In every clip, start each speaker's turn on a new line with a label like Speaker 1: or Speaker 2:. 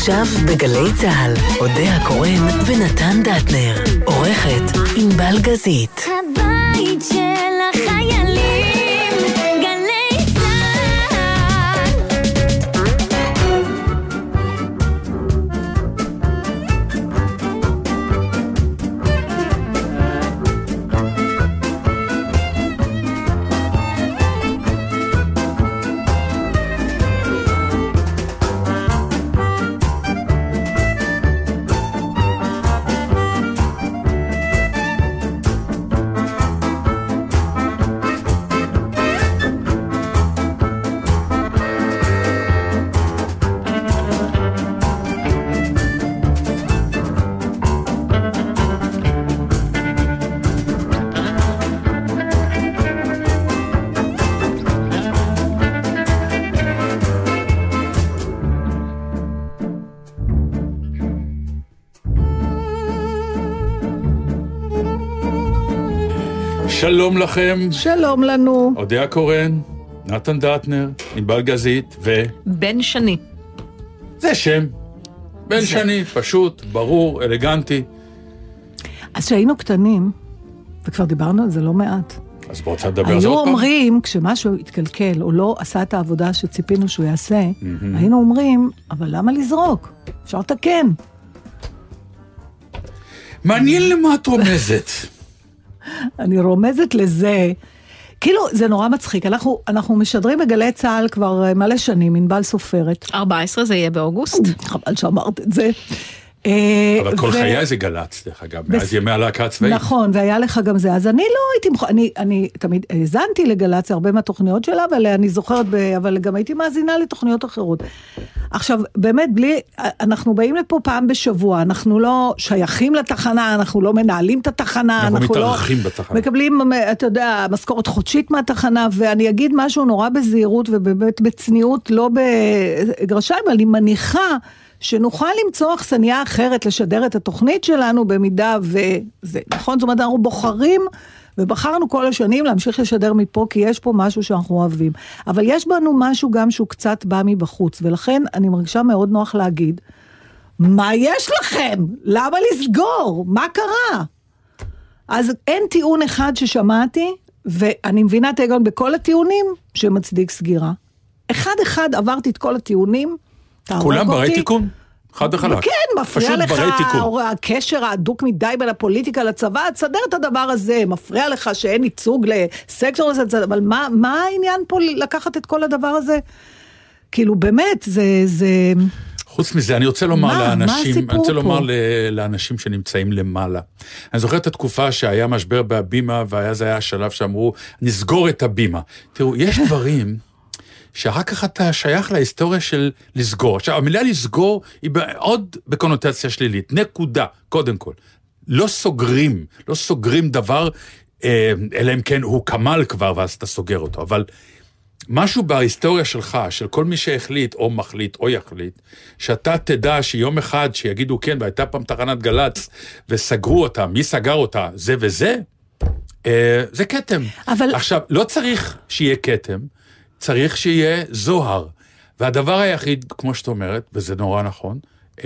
Speaker 1: עכשיו בגלי צהל, אודיה הקורן ונתן דטנר, עורכת ענבל גזית.
Speaker 2: הבית של החיילים, גלי צהל.
Speaker 3: שלום לכם.
Speaker 4: שלום לנו.
Speaker 3: אודיה קורן, נתן דטנר, ענבל גזית
Speaker 4: בן שני.
Speaker 3: זה שם. בן שני, פשוט, ברור, אלגנטי.
Speaker 4: אז שהיינו קטנים, וכבר דיברנו על זה לא מעט.
Speaker 3: אז בוא רוצה לדבר על זה עוד פעם.
Speaker 4: היו אומרים, כשמשהו התקלקל או לא עשה את העבודה שציפינו שהוא יעשה, היינו אומרים, אבל למה לזרוק? אפשר לתקן.
Speaker 3: מעניין למה את רומזת.
Speaker 4: אני רומזת לזה, כאילו זה נורא מצחיק, אנחנו משדרים בגלי צהל כבר מלא שנים, ענבל סופרת.
Speaker 5: 14 זה יהיה באוגוסט.
Speaker 4: חבל שאמרת את זה.
Speaker 3: אבל כל חיי זה גלץ, דרך אגב, מאז ימי הלהקה הצבאית.
Speaker 4: נכון, והיה לך גם זה, אז אני לא הייתי, אני תמיד האזנתי לגלץ הרבה מהתוכניות שלה, ואני זוכרת, אבל גם הייתי מאזינה לתוכניות אחרות. עכשיו, באמת, אנחנו באים לפה פעם בשבוע, אנחנו לא שייכים לתחנה, אנחנו לא מנהלים את התחנה,
Speaker 3: אנחנו מתארחים בתחנה.
Speaker 4: מקבלים, אתה יודע, משכורת חודשית מהתחנה, ואני אגיד משהו נורא בזהירות, ובאמת בצניעות, לא בגרשיים, אבל אני מניחה, שנוכל למצוא אכסניה אחרת לשדר את התוכנית שלנו במידה וזה, נכון? זאת אומרת, אנחנו בוחרים ובחרנו כל השנים להמשיך לשדר מפה, כי יש פה משהו שאנחנו אוהבים. אבל יש בנו משהו גם שהוא קצת בא מבחוץ, ולכן אני מרגישה מאוד נוח להגיד, מה יש לכם? למה לסגור? מה קרה? אז אין טיעון אחד ששמעתי, ואני מבינה תגון בכל הטיעונים שמצדיק סגירה. אחד עברתי את כל הטיעונים,
Speaker 3: כולם ברי תיקון? חד וחלק.
Speaker 4: כן, מפריע לך הקשר ההדוק מדי בין הפוליטיקה לצבא, תסדר את הדבר הזה, מפריע לך שאין ייצוג לסקטור הזה, אבל מה העניין פה לקחת את כל הדבר הזה? כאילו באמת, זה...
Speaker 3: חוץ מזה, אני רוצה לומר לאנשים שנמצאים למעלה. אני זוכר את התקופה שהיה משבר בהבימה, ואז היה השלב שאמרו, נסגור את הבימה. תראו, יש דברים... שאחר כך אתה שייך להיסטוריה של לסגור. עכשיו, המילה לסגור היא עוד בקונוטציה שלילית. נקודה, קודם כל. לא סוגרים דבר, אלא אם כן הוא כמל כבר, ואז אתה סוגר אותו. אבל משהו בהיסטוריה שלך, של כל מי שהחליט, או מחליט, או יחליט, שאתה תדע שיום אחד שיגידו כן, והייתה פעם תחנת גלץ, וסגרו אותה, מי סגר אותה, זה וזה, זה קטם. אבל... עכשיו, לא צריך שיהיה קטם, צריך שיהיה זוהר. והדבר היחיד, כמו שאת אומרת, וזה נורא נכון,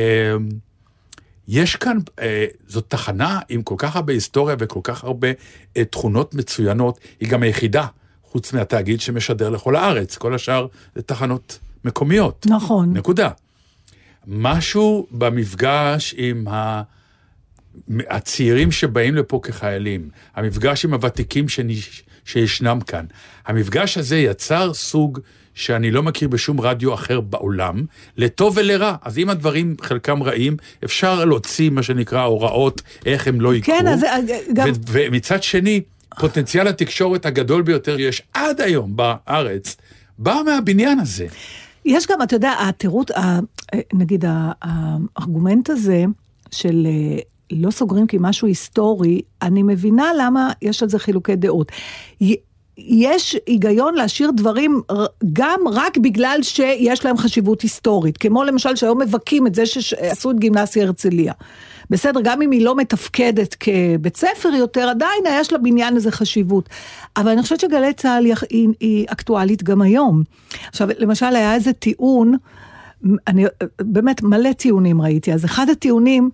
Speaker 3: יש כאן, זאת תחנה עם כל כך הרבה היסטוריה וכל כך הרבה תכונות מצוינות, היא גם היחידה, חוץ מהתאגיד שמשדר לכל הארץ, כל השאר זה תחנות מקומיות.
Speaker 4: נכון.
Speaker 3: נקודה. משהו במפגש עם הצעירים שבאים לפה כחיילים, המפגש עם הוותיקים שישנם כאן. המפגש הזה יצר סוג שאני לא מכיר בשום רדיו אחר בעולם, לטוב ולרע. אז אם הדברים חלקם רעים, אפשר להוציא מה שנקרא הוראות, איך הם לא יקרו.
Speaker 4: כן, אז גם...
Speaker 3: ומצד שני, פוטנציאל התקשורת הגדול ביותר יש עד היום בארץ, בא מהבניין הזה.
Speaker 4: יש גם, אתה יודע, נגיד, הארגומנט הזה של... לא סוגרים כי משהו היסטורי, אני מבינה למה יש על זה חילוקי דעות. יש היגיון להשאיר דברים גם רק בגלל שיש להם חשיבות היסטורית, כמו למשל שהיום מבקים את זה שעשו את גימנסיה הרצליה. בסדר, גם אם היא לא מתפקדת כבית ספר יותר, עדיין יש לה בניין איזה חשיבות. אבל אני חושבת שגלי צהל היא אקטואלית גם היום. עכשיו, למשל היה איזה טיעון, באמת מלא טיעונים ראיתי, אז אחד הטיעונים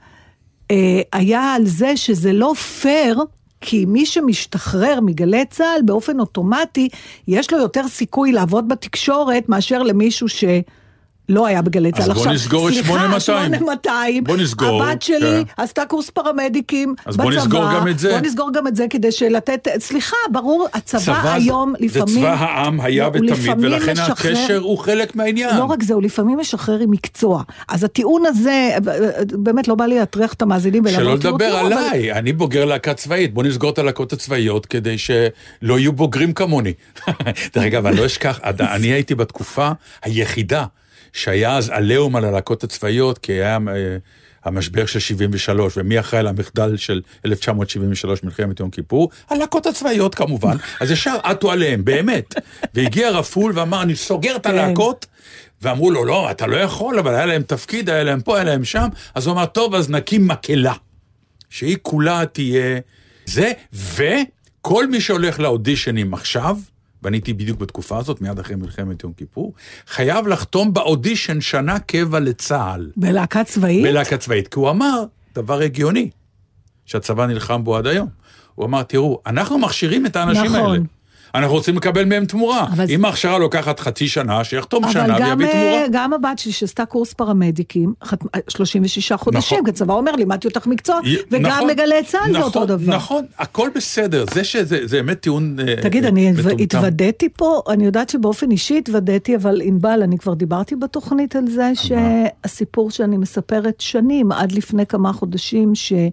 Speaker 4: היה על זה שזה לא פייר, כי מי שמשתחרר מגלי צה"ל באופן אוטומטי, יש לו יותר סיכוי לעבוד בתקשורת, מאשר למישהו לא היה בגלי צה"ל.
Speaker 3: אז בוא נסגור את
Speaker 4: 8200.
Speaker 3: בוא נסגור.
Speaker 4: הבת שלי עשתה קורס פרמדיקים בצבא.
Speaker 3: אז בוא נסגור גם את זה.
Speaker 4: בוא נסגור גם את זה כדי שלתת, סליחה, ברור, הצבא היום לפעמים...
Speaker 3: זה צבא העם היה ותמיד, ולכן הקשר הוא חלק מהעניין.
Speaker 4: לא רק זה, הוא לפעמים משחרר עם מקצוע. אז הטיעון הזה, באמת לא בא לי להטריח את המאזינים.
Speaker 3: שלא לדבר עליי, אני בוגר להקה צבאית, בוא נסגור את הלהקות הצבאיות, כדי שלא יהיו בוגרים כמוני. דרך אגב, אני לא אשכח, אני הייתי בתקופה היחידה שהיה אז עליהום על הלהקות הצבאיות, כי היה המשבר של 73, ומי אחראי למחדל של 1973, מלחמת יום כיפור? הלהקות הצבאיות כמובן, אז ישר עטו עליהם, באמת. והגיע רפול ואמר, אני סוגר את הלהקות, ואמרו לו, לא, אתה לא יכול, אבל היה להם תפקיד, היה להם פה, היה להם שם, אז הוא אמר, טוב, אז נקים מקהלה, שהיא כולה תהיה זה, וכל מי שהולך לאודישנים עכשיו, ואני הייתי בדיוק בתקופה הזאת, מיד אחרי מלחמת יום כיפור, חייב לחתום באודישן שנה קבע לצה"ל.
Speaker 4: בלהקה צבאית?
Speaker 3: בלהקה צבאית, כי הוא אמר דבר הגיוני, שהצבא נלחם בו עד היום. הוא אמר, תראו, אנחנו מכשירים את האנשים האלה. אנחנו רוצים לקבל מהם תמורה. אם ההכשרה לוקחת חצי שנה, שיחתום שנה ויביא תמורה.
Speaker 4: אבל גם הבת שלי שעשתה קורס פרמדיקים, 36 חודשים, כי הצבא אומר, לימדתי אותך מקצוע, וגם מגלי צה"ל זה אותו דבר.
Speaker 3: נכון, הכל בסדר, זה באמת טיעון מטומטם.
Speaker 4: תגיד, אני התוודעתי פה, אני יודעת שבאופן אישי התוודעתי, אבל ענבל, אני כבר דיברתי בתוכנית על זה, שהסיפור שאני מספרת שנים, עד לפני כמה חודשים,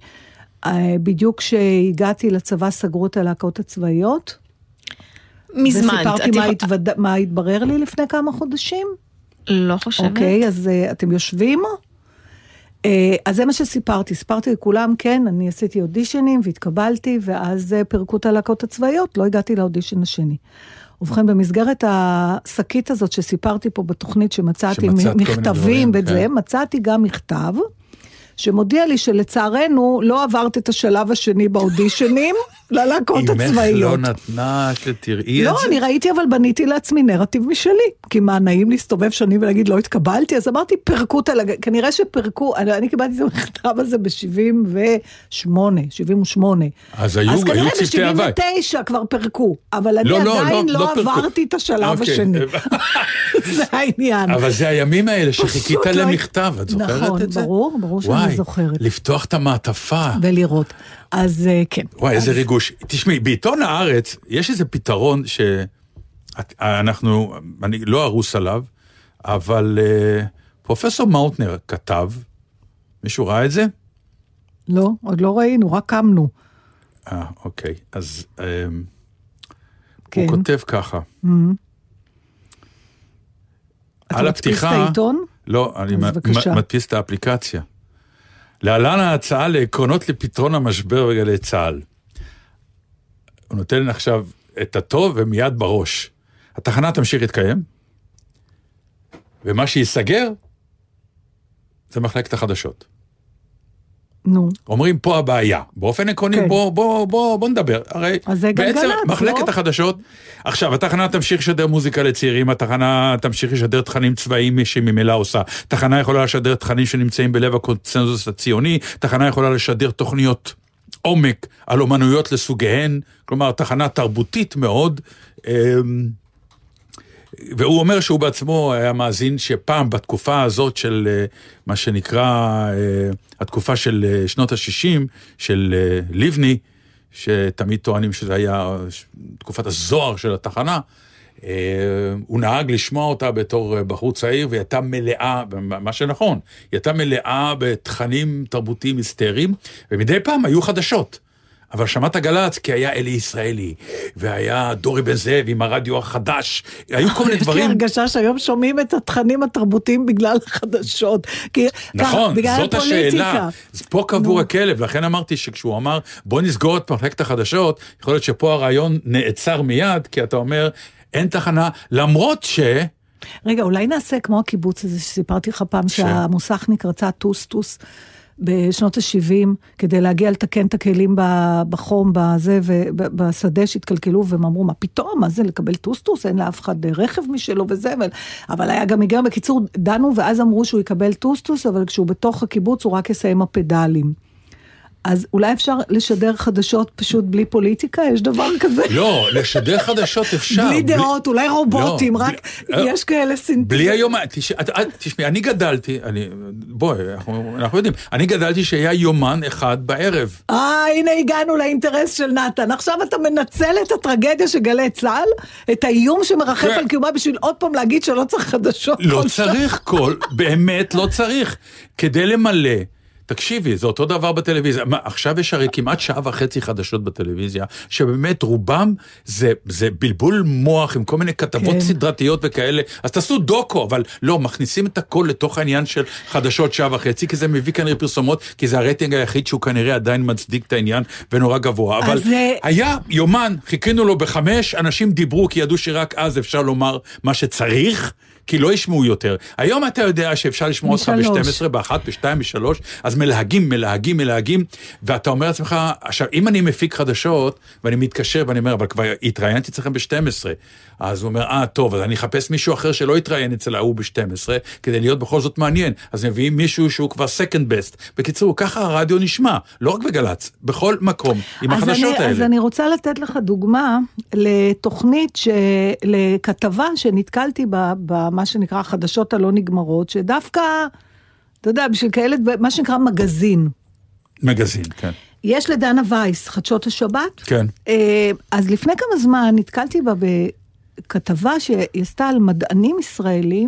Speaker 4: שבדיוק כשהגעתי לצבא סגרו את הלהקות הצבאיות,
Speaker 5: מזמן.
Speaker 4: וסיפרתי מה התברר לי לפני כמה חודשים.
Speaker 5: לא חושבת.
Speaker 4: אוקיי, אז אתם יושבים? אז זה מה שסיפרתי. סיפרתי לכולם, כן, אני עשיתי אודישנים והתקבלתי, ואז פירקו את הלהקות הצבאיות, לא הגעתי לאודישן השני. ובכן, במסגרת השקית הזאת שסיפרתי פה בתוכנית, שמצאתי מכתבים וזה, מצאתי גם מכתב, שמודיע לי שלצערנו לא עברת את השלב השני באודישנים ללהקות הצבאיות.
Speaker 3: אמך לא נתנה שתראי את זה?
Speaker 4: לא, אני ראיתי אבל בניתי לעצמי נרטיב משלי, כי מה, נעים להסתובב שנים ולהגיד לא התקבלתי, אז אמרתי פרקו, כנראה שפרקו, אני קיבלתי את המכתב הזה ב-78,
Speaker 3: אז היו צוותי הוואי.
Speaker 4: אז כנראה ב-79 כבר פרקו, אבל אני עדיין לא עברתי את השלב השני. זה העניין.
Speaker 3: אבל זה הימים האלה שחיכית למכתב, את זוכרת את זה?
Speaker 4: נכון, ברור שאני זוכרת.
Speaker 3: לפתוח את המעטפה.
Speaker 4: ולראות. אז כן.
Speaker 3: וואי, איזה ריגוש. תשמעי, בעיתון הארץ יש איזה פתרון אני לא ארוס עליו, אבל פרופסור מאוטנר כתב, מישהו ראה את זה?
Speaker 4: לא, עוד לא ראינו, רק קמנו.
Speaker 3: אוקיי. אז הוא כותב ככה. על הפתיחה...
Speaker 4: אתה מדפיס את העיתון?
Speaker 3: לא, אני מדפיס את האפליקציה. להלן ההצעה לעקרונות לפתרון המשבר בגלי צה"ל. הוא נותן עכשיו את הטוב ומיד בראש. התחנה תמשיך להתקיים, ומה שיסגר, זה מחלקת החדשות.
Speaker 4: נו.
Speaker 3: אומרים פה הבעיה. באופן עקרוני, כן. בוא נדבר. הרי בעצם מחלקת החדשות, עכשיו, התחנה תמשיך לשדר מוזיקה לצעירים, התחנה תמשיך לשדר תכנים צבאיים שממילא עושה, תחנה יכולה לשדר תכנים שנמצאים בלב הקונצנזוס הציוני, תחנה יכולה לשדר תוכניות עומק על אומנויות לסוגיהן, כלומר, תחנה תרבותית מאוד, והוא אומר שהוא בעצמו היה מאזין שפעם בתקופה הזאת של מה שנקרא התקופה של שנות ה-60 של ליבני, שתמיד טוענים שזה היה תקופת הזוהר של התחנה, הוא נהג לשמוע אותה בתור בחור צעיר, והיא הייתה מלאה, מה שנכון, היא הייתה מלאה בתכנים תרבותיים היסטריים, ומדי פעם היו חדשות. אבל שמעת גלץ, כי היה אלי ישראלי, והיה דורי בן זאב עם הרדיו החדש, היו כל מיני דברים...
Speaker 4: יש לי הרגשה שהיום שומעים את התכנים התרבותיים בגלל החדשות.
Speaker 3: נכון, זאת השאלה. אז פה קבור הכלב, לכן אמרתי שכשהוא אמר, בוא נסגור את מחלקת החדשות, יכול להיות שפה הרעיון נעצר מיד, כי אתה אומר, אין תחנה, למרות ש...
Speaker 4: רגע, אולי נעשה כמו הקיבוץ הזה שסיפרתי לך פעם, שהמוסכניק רצה טוס, בשנות ה-70, כדי להגיע לתקן את הכלים בחום, בזה, ובשדה שהתקלקלו, והם אמרו, מה פתאום, מה זה לקבל טוסטוס, אין לאף אחד רכב משלו וזה, אבל היה גם היגיון, בקיצור, דנו, ואז אמרו שהוא יקבל טוסטוס, אבל כשהוא בתוך הקיבוץ, הוא רק יסיים הפדלים. אז אולי אפשר לשדר חדשות פשוט בלי פוליטיקה? יש דבר כזה?
Speaker 3: לא, לשדר חדשות אפשר.
Speaker 4: בלי דעות, אולי רובוטים, רק יש כאלה סינטים.
Speaker 3: בלי היומן, תשמעי, אני גדלתי, בואי, אנחנו יודעים, אני גדלתי שהיה יומן אחד בערב.
Speaker 4: הנה הגענו לאינטרס של נתן. עכשיו אתה מנצל את הטרגדיה שגלי צה"ל, את האיום שמרחף על קיומה בשביל עוד פעם להגיד שלא צריך חדשות.
Speaker 3: לא צריך באמת לא צריך. כדי למלא, תקשיבי, זה אותו דבר בטלוויזיה. עכשיו יש הרי כמעט 1.5 שעה חדשות בטלוויזיה, שבאמת רובם זה בלבול מוח עם כל מיני כתבות סדרתיות וכאלה. אז תעשו דוקו, אבל לא, מכניסים את הכל לתוך העניין של חדשות 1.5 שעה, כי זה מביא כנראה פרסומות, כי זה הרייטינג היחיד שהוא כנראה עדיין מצדיק את העניין ונורא גבוה. אבל היה יומן, חיכינו לו ב5, אנשים דיברו, כי ידעו שרק אז אפשר לומר מה שצריך, כי לא ישמעו יותר. היום אתה יודע שאפשר לשמוע אותך ב-12, ב-1, ב-2, ב-3, אז מלהגים, ואתה אומר לעצמך, עכשיו, אם אני מפיק חדשות, ואני מתקשר, ואני אומר, אבל כבר התראיינתי אצלכם ב-12, אז הוא אומר, טוב, אז אני אחפש מישהו אחר שלא יתראיין אצל ההוא ב-12, כדי להיות בכל זאת מעניין, אז מביאים מישהו שהוא כבר second best. בקיצור, ככה הרדיו נשמע, לא רק בגלץ, בכל מקום, עם החדשות האלה.
Speaker 4: אז אני רוצה לתת לך דוגמה לתוכנית, לכתבה שנתקלתי במה שנקרא החדשות הלא נגמרות, שדווקא, אתה יודע, בשביל כאלה, מה שנקרא מגזין.
Speaker 3: מגזין, כן.
Speaker 4: יש לדנה וייס, חדשות השבת.
Speaker 3: כן.
Speaker 4: אז לפני כמה זמן נתקלתי בה בכתבה שהיא עשתה על מדענים ישראלים,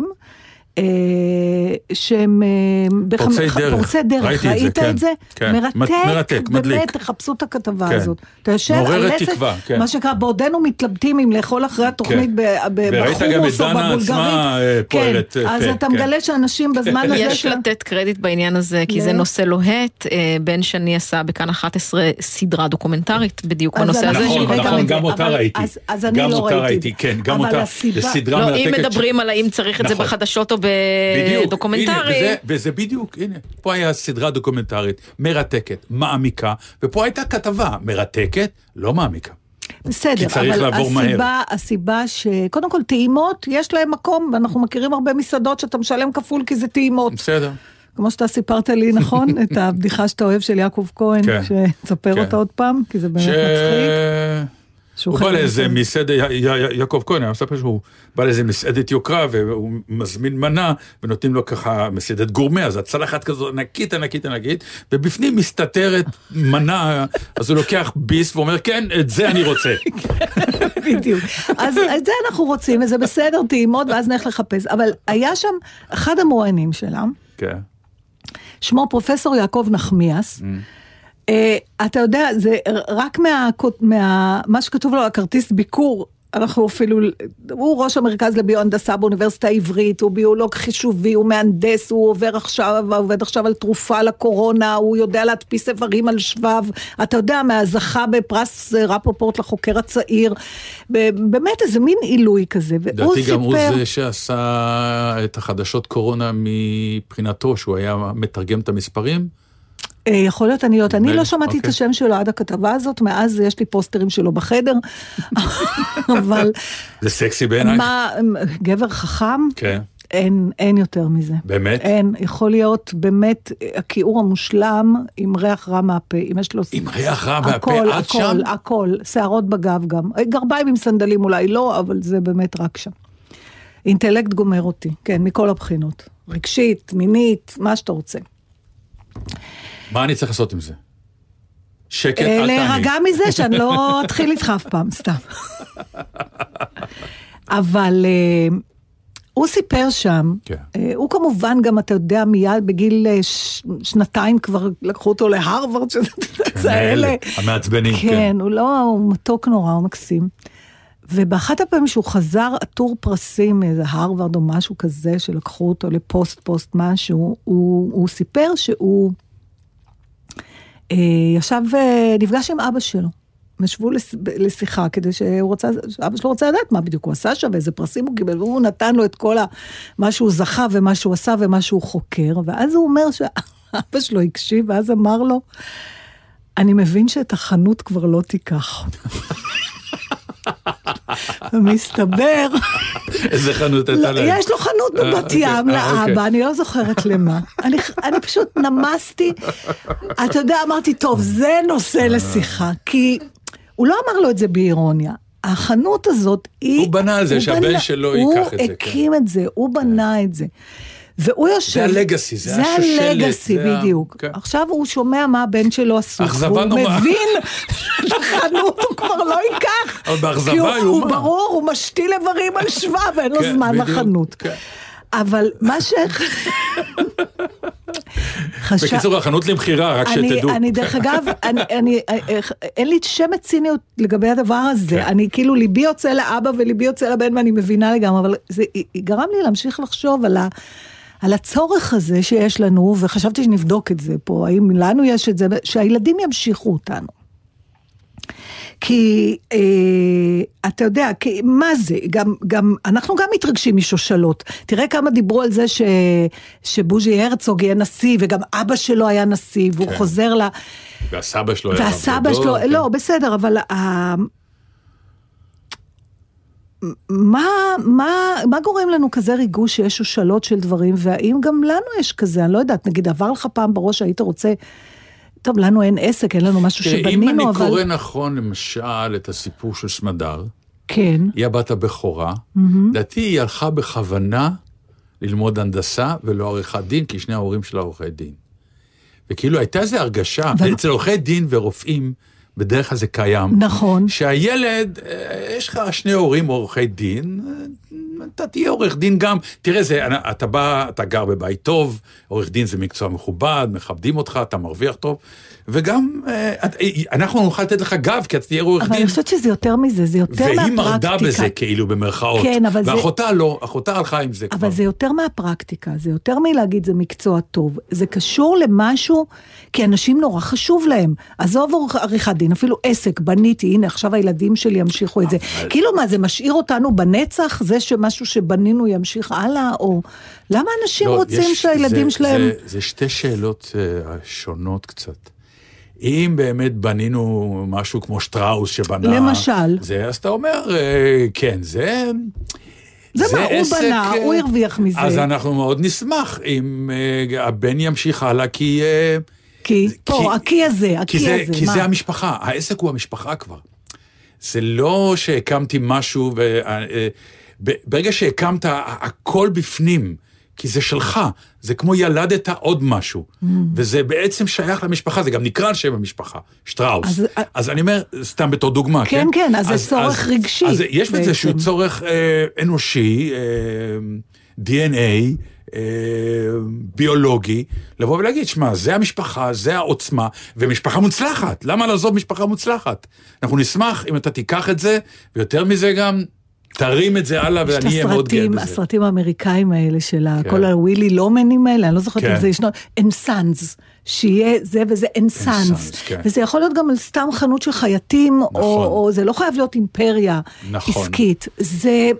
Speaker 4: שהם פורצי דרך, ראית את זה? מרתק, באמת, תחפשו את הכתבה הזאת. אתה יושב על לסת, מה שקרה, בעודנו מתלבטים אם לאכול אחרי התוכנית בחומוס או בבולגרית, אז אתה מגלה שאנשים בזמן הזה...
Speaker 5: יש לתת קרדיט בעניין הזה, כי זה נושא לוהט, בן שני עשה בכאן 11 סדרה דוקומנטרית, בדיוק בנושא הזה.
Speaker 3: נכון, גם אותה ראיתי.
Speaker 4: אז אני לא ראיתי.
Speaker 3: כן, גם אותה, סדרה מרתקת.
Speaker 5: אם מדברים על האם צריך את זה בחדשות או דוקומנטרי.
Speaker 3: וזה בדיוק, הנה, פה היה סדרה דוקומנטרית, מרתקת, מעמיקה, ופה הייתה כתבה, מרתקת, לא מעמיקה.
Speaker 4: בסדר, אבל הסיבה שקודם כל טעימות, יש להם מקום, ואנחנו מכירים הרבה מסעדות שאתה משלם כפול כי זה טעימות.
Speaker 3: בסדר.
Speaker 4: כמו שאתה סיפרת לי, נכון? את הבדיחה שאתה אוהב של יעקב כהן, שתספר אותה עוד פעם, כי זה באמת מצחיק.
Speaker 3: הוא בא לאיזה מסעד, יעקב כהן, אני מספר שהוא בא לאיזה מסעדת יוקרה, והוא מזמין מנה, ונותנים לו ככה מסעדת גורמה, אז הצלחת כזו ענקית, ובפנים מסתתרת מנה, אז הוא לוקח ביס, ואומר, כן, את זה אני רוצה.
Speaker 4: בדיוק. אז את זה אנחנו רוצים, וזה בסדר, טעימות, ואז נלך לחפש. אבל היה שם אחד המרואיינים שלה, שמו פרופסור יעקב נחמיאס, אתה יודע, זה רק מה שכתוב לו, הכרטיס ביקור, אנחנו אפילו, הוא ראש המרכז לביו-הנדסה באוניברסיטה העברית, הוא ביולוג חישובי, הוא מהנדס, הוא עובד עכשיו על תרופה לקורונה, הוא יודע להדפיס איברים על שבב, אתה יודע, מהזכה בפרס רפופורט לחוקר הצעיר, באמת איזה מין עילוי כזה,
Speaker 3: דעתי גם הוא זה שעשה את החדשות קורונה מבחינתו, שהוא היה מתרגם את המספרים,
Speaker 4: יכול להיות, אני לא שמעתי את השם שלו עד הכתבה הזאת, מאז יש לי פוסטרים שלו בחדר, אבל...
Speaker 3: זה סקסי בעיניי?
Speaker 4: גבר חכם?
Speaker 3: כן.
Speaker 4: אין יותר מזה.
Speaker 3: באמת?
Speaker 4: אין, יכול להיות באמת הכיעור המושלם עם ריח רע מהפה, אם יש לו...
Speaker 3: עם ריח רע מהפה עד שם?
Speaker 4: הכל, שערות בגב גם. גרביים עם סנדלים אולי לא, אבל זה באמת רק שם. אינטלקט גומר אותי, כן, מכל הבחינות. רגשית, מינית, מה שאתה רוצה.
Speaker 3: מה אני צריך לעשות עם זה? שקט, אל תעני.
Speaker 4: להירגע מזה שאני לא אתחיל איתך אף פעם, סתם. אבל הוא סיפר שם, הוא כמובן גם, אתה יודע, מיד בגיל 2 כבר לקחו אותו להרווארד, שזה אלה.
Speaker 3: המעצבנים, כן.
Speaker 4: כן, הוא מתוק נורא, הוא מקסים. ובאחת הפעמים שהוא חזר עטור פרסים, איזה הרווארד או משהו כזה, שלקחו אותו לפוסט משהו, הוא סיפר שהוא ישב ונפגש עם אבא שלו. הם ישבו לשיחה, כדי אבא שלו רוצה לדעת מה בדיוק הוא עשה שם, ואיזה פרסים הוא קיבל, והוא נתן לו את כל מה שהוא זכה, ומה שהוא עשה, ומה שהוא חוקר, ואז הוא אומר אבא שלו הקשיב, ואז אמר לו, אני מבין שאת החנות כבר לא תיקח. ומסתבר...
Speaker 3: איזה חנות הייתה להם?
Speaker 4: יש לו חנות בבת ים לאבא, אני לא זוכרת למה. אני פשוט נמסתי, אתה יודע, אמרתי, טוב, זה נושא לשיחה, כי הוא לא אמר לו את זה באירוניה. החנות הזאת היא...
Speaker 3: הוא בנה על זה, שהבן שלו ייקח את זה.
Speaker 4: הוא הקים את זה, הוא בנה את זה. והוא יושב...
Speaker 3: זה הלגסי, זה השושלת.
Speaker 4: זה הלגסי, בדיוק. עכשיו הוא שומע מה הבן שלו עשו.
Speaker 3: אכזבה נורא.
Speaker 4: הוא מבין לחנות הוא כבר לא ייקח.
Speaker 3: אבל באכזבה
Speaker 4: הוא ברור, הוא משתיל איברים על שווה, ואין לו זמן לחנות. אבל מה
Speaker 3: בקיצור, החנות למחירה, רק שתדעו.
Speaker 4: אני דרך אגב, אין לי שמץ ציניות לגבי הדבר הזה. אני כאילו, ליבי יוצא לאבא וליבי יוצא לבן, ואני מבינה לגמרי, אבל זה גרם לי להמשיך לחשוב על הצורך הזה שיש לנו, וחשבתי שנבדוק את זה פה, האם לנו יש את זה, שהילדים ימשיכו אותנו. כי אתה יודע, מה זה? אנחנו גם מתרגשים משושלות. תראה כמה דיברו על זה שבוז'י הרצוג יהיה נשיא, וגם אבא שלו היה נשיא, והוא חוזר לה...
Speaker 3: והסבא שלו היה...
Speaker 4: והסבא שלו, לא, בסדר, אבל... מה גורם לנו כזה ריגוש שיש שושלות של דברים, והאם גם לנו יש כזה, אני לא יודעת, נגיד עבר לך פעם בראש שהיית רוצה... טוב, לנו אין עסק, אין לנו משהו שבנינו, אבל...
Speaker 3: אם אני קורא נכון, למשל, את הסיפור של סמדר,
Speaker 4: כן.
Speaker 3: היא הבת הבכורה, דעתי היא הלכה בכוונה ללמוד הנדסה ולא עריכת דין, כי שני ההורים שלה עורכי דין. וכאילו הייתה איזו הרגשה, אצל עורכי דין ורופאים, בדרך כלל זה קיים.
Speaker 4: נכון.
Speaker 3: שהילד, יש לך שני הורים עורכי דין, אתה תהיה עורך דין גם, תראה, אתה בא, אתה גר בבית טוב, עורך דין זה מקצוע מכובד, מכבדים אותך, אתה מרוויח טוב, וגם אנחנו נוכל לתת לך גב, כי אתה תהיה עורך דין.
Speaker 4: אבל אני חושבת שזה יותר מזה, זה יותר מהפרקטיקה.
Speaker 3: והיא מרדה בזה כאילו במרכאות.
Speaker 4: כן, אבל זה...
Speaker 3: ואחותה לא, אחותה הלכה עם זה כבר.
Speaker 4: אבל זה יותר מהפרקטיקה, זה יותר מלהגיד זה מקצוע טוב. זה קשור למשהו, כי אנשים נורא חשוב להם. עזוב עריכת דין, אפילו עסק, בניתי, הנה עכשיו הילדים שלי ימשיכו את זה. כאילו מה, זה משאיר אותנו בנצח, זה שמשהו שבנינו ימשיך הלאה, או למה אנשים רוצים שהילדים שלהם...
Speaker 3: זה שתי שאלות שונות קצת. אם באמת בנינו משהו כמו שטראוס שבנה...
Speaker 4: למשל.
Speaker 3: אז אתה אומר, כן, זה...
Speaker 4: זה מה, הוא בנה, הוא הרוויח מזה.
Speaker 3: אז אנחנו מאוד נשמח אם הבן ימשיך הלאה, כי...
Speaker 4: פה, הכי הזה,
Speaker 3: כי זה המשפחה, העסק הוא המשפחה כבר. זה לא שהקמתי משהו, ברגע שהקמת הכל בפנים, כי זה שלך, זה כמו ילדת עוד משהו, וזה בעצם שייך למשפחה, זה גם נקרא על שם המשפחה, שטראוס. אז אני אומר, סתם בתור דוגמה,
Speaker 4: כן? כן, אז זה צורך רגשי.
Speaker 3: אז יש בזה שהוא צורך אנושי, DNA, ביולוגי, לבוא ולהגיד, שמה, זה המשפחה, זה העוצמה, ומשפחה מוצלחת. למה לעזוב משפחה מוצלחת? אנחנו נשמח אם אתה תיקח את זה, ויותר מזה גם... תרים את זה הלאה, ואני אהיה מאוד גאה בזה.
Speaker 4: הסרטים האמריקאים האלה של כל הווילי לומנים האלה, אני לא זוכרת אם זה ישנו, אנסנס, שיהיה זה וזה אנסנס. וזה יכול להיות גם על סתם חנות של חייטים, או זה לא חייב להיות אימפריה עסקית. זה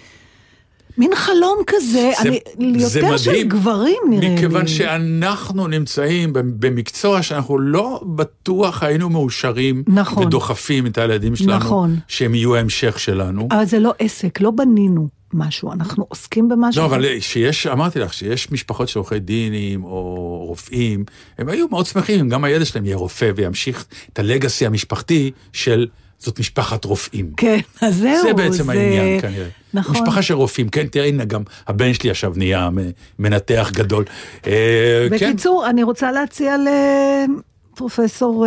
Speaker 4: מין חלום כזה, יותר של גברים נראה לי.
Speaker 3: מכיוון שאנחנו נמצאים במקצוע שאנחנו לא בטוח היינו מאושרים, ודוחפים את הילדים שלנו, שהם יהיו ההמשך שלנו.
Speaker 4: אבל זה לא עסק, לא בנינו משהו, אנחנו עוסקים במשהו.
Speaker 3: לא, אבל אמרתי לך, שיש משפחות של עורכי דינים, או רופאים, הם היו מאוד שמחים, גם הילד שלהם יהיה רופא, וימשיך את הלגסי המשפחתי של... זאת משפחת רופאים.
Speaker 4: כן, אז זהו.
Speaker 3: זה בעצם העניין כנראה.
Speaker 4: נכון.
Speaker 3: משפחה של רופאים, כן, תראה, הנה גם הבן שלי עכשיו נהיה מנתח גדול.
Speaker 4: בקיצור, אני רוצה להציע לפרופסור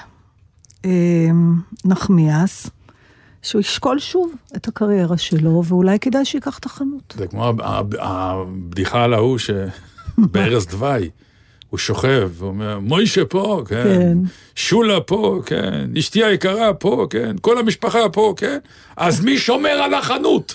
Speaker 4: נחמיאס, שהוא ישקול שוב את הקריירה שלו, ואולי כדאי שיקח את החנות.
Speaker 3: זה כמו הבדיחה על ההוא שבארז דווי, הוא שוכב, הוא אומר, מוישה פה, כן, שולה פה, כן, אשתי היקרה פה, כן, כל המשפחה פה, כן, אז מי שומר על החנות?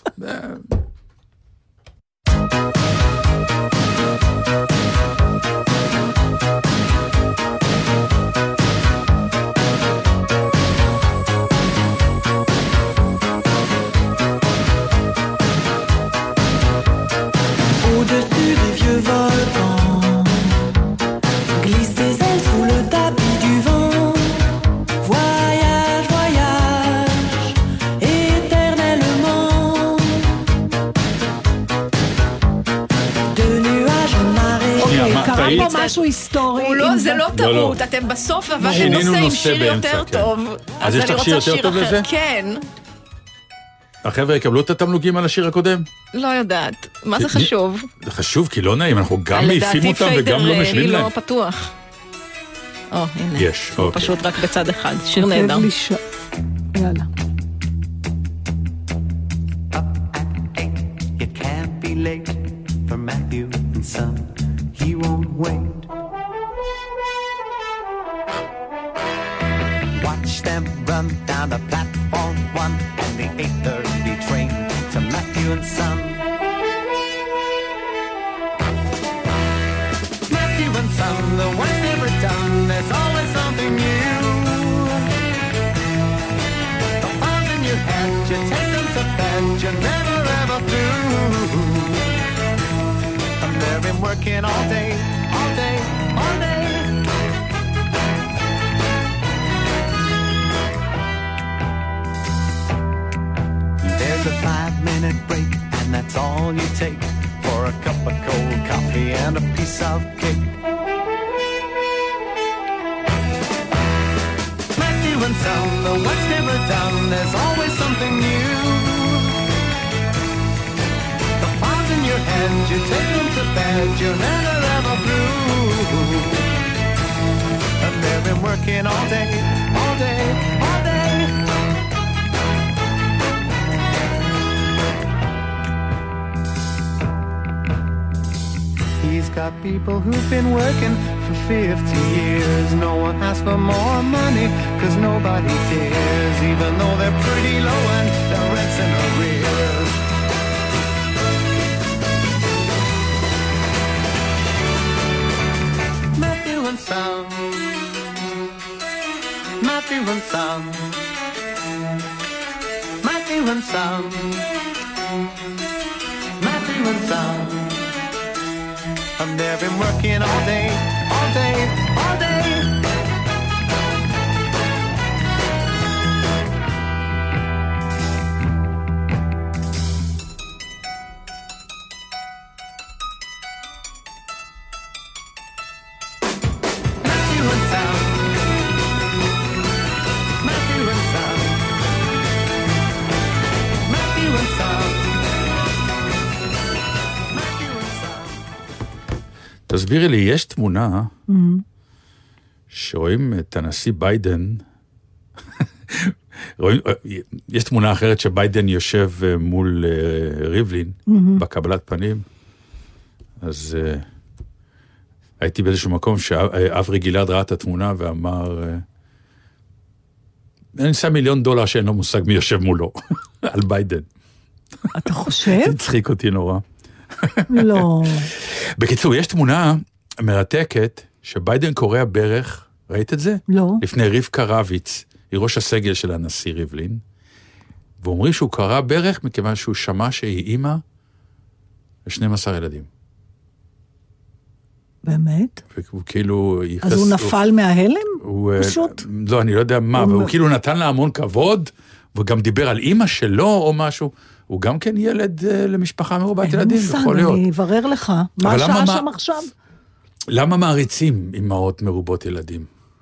Speaker 6: Au-dessus des vieux volcans,
Speaker 4: קרה פה משהו היסטורי.
Speaker 5: זה לא טעות, אתם בסוף עבדתם נושא עם שיר יותר טוב.
Speaker 3: אז יש לך שיר יותר טוב לזה?
Speaker 5: כן.
Speaker 3: החבר'ה יקבלו את התמלוגים על השיר הקודם?
Speaker 5: לא יודעת. מה זה חשוב? זה
Speaker 3: חשוב, כי לא נעים, אנחנו גם מעיפים אותם וגם לא משלים להם.
Speaker 5: לא פתוח. הנה.
Speaker 3: יש,
Speaker 5: הוא פשוט רק בצד אחד. שיר נהדר.
Speaker 4: יאללה.
Speaker 6: Late for Matthew and Son, he won't wait. Watch them run down the platform 1 and the 8:30 train to Matthew and Son. Matthew and Son, the work's never done, there's always something new. The files in your hand, you take them to bed, you're never ever through. They've been working all day, all day, all day. There's a 5-minute break, and that's all you take for a cup of cold coffee and a piece of cake. Matthew and Son, the work's never done, there's always something new. In your hand, you take them to bed, you're never ever through. And they've been working all day, all day, all day. He's got people who've been working for 50 years. No one asks for more money, 'cause nobody cares, even though they're pretty low and the rent's in arrears. Son, Matthew and Son, Matthew and Son, Matthew and Son. And they've been working all day, all day, all day.
Speaker 3: תסבירי לי, יש תמונה שרואים את הנשיא ביידן, יש תמונה אחרת שביידן יושב מול ריבלין בקבלת פנים, אז הייתי באיזשהו מקום שאברי גלעד ראה את התמונה ואמר, אני שם $1,000,000 שאין לו מושג מי יושב מולו, על ביידן.
Speaker 4: אתה חושב?
Speaker 3: זה צחיק אותי נורא.
Speaker 4: לא.
Speaker 3: בקיצור, יש תמונה מרתקת שביידן קורע ברך, ראית את זה?
Speaker 4: לא.
Speaker 3: לפני רבקה רביץ, היא ראש הסגל של הנשיא ריבלין, ואומרים שהוא קרע ברך מכיוון שהוא שמע שהיא אימא ל-12 ילדים.
Speaker 4: באמת?
Speaker 3: והוא כאילו...
Speaker 4: אז הוא נפל מההלם? פשוט?
Speaker 3: לא, אני לא יודע מה, והוא כאילו נתן לה המון כבוד, וגם דיבר על אימא שלו או משהו. הוא גם כן ילד למשפחה מרובת ילדים, יכול להיות.
Speaker 4: אני אברר לך. מה השעה שם עכשיו?
Speaker 3: למה מעריצים אמהות מרובות ילדים?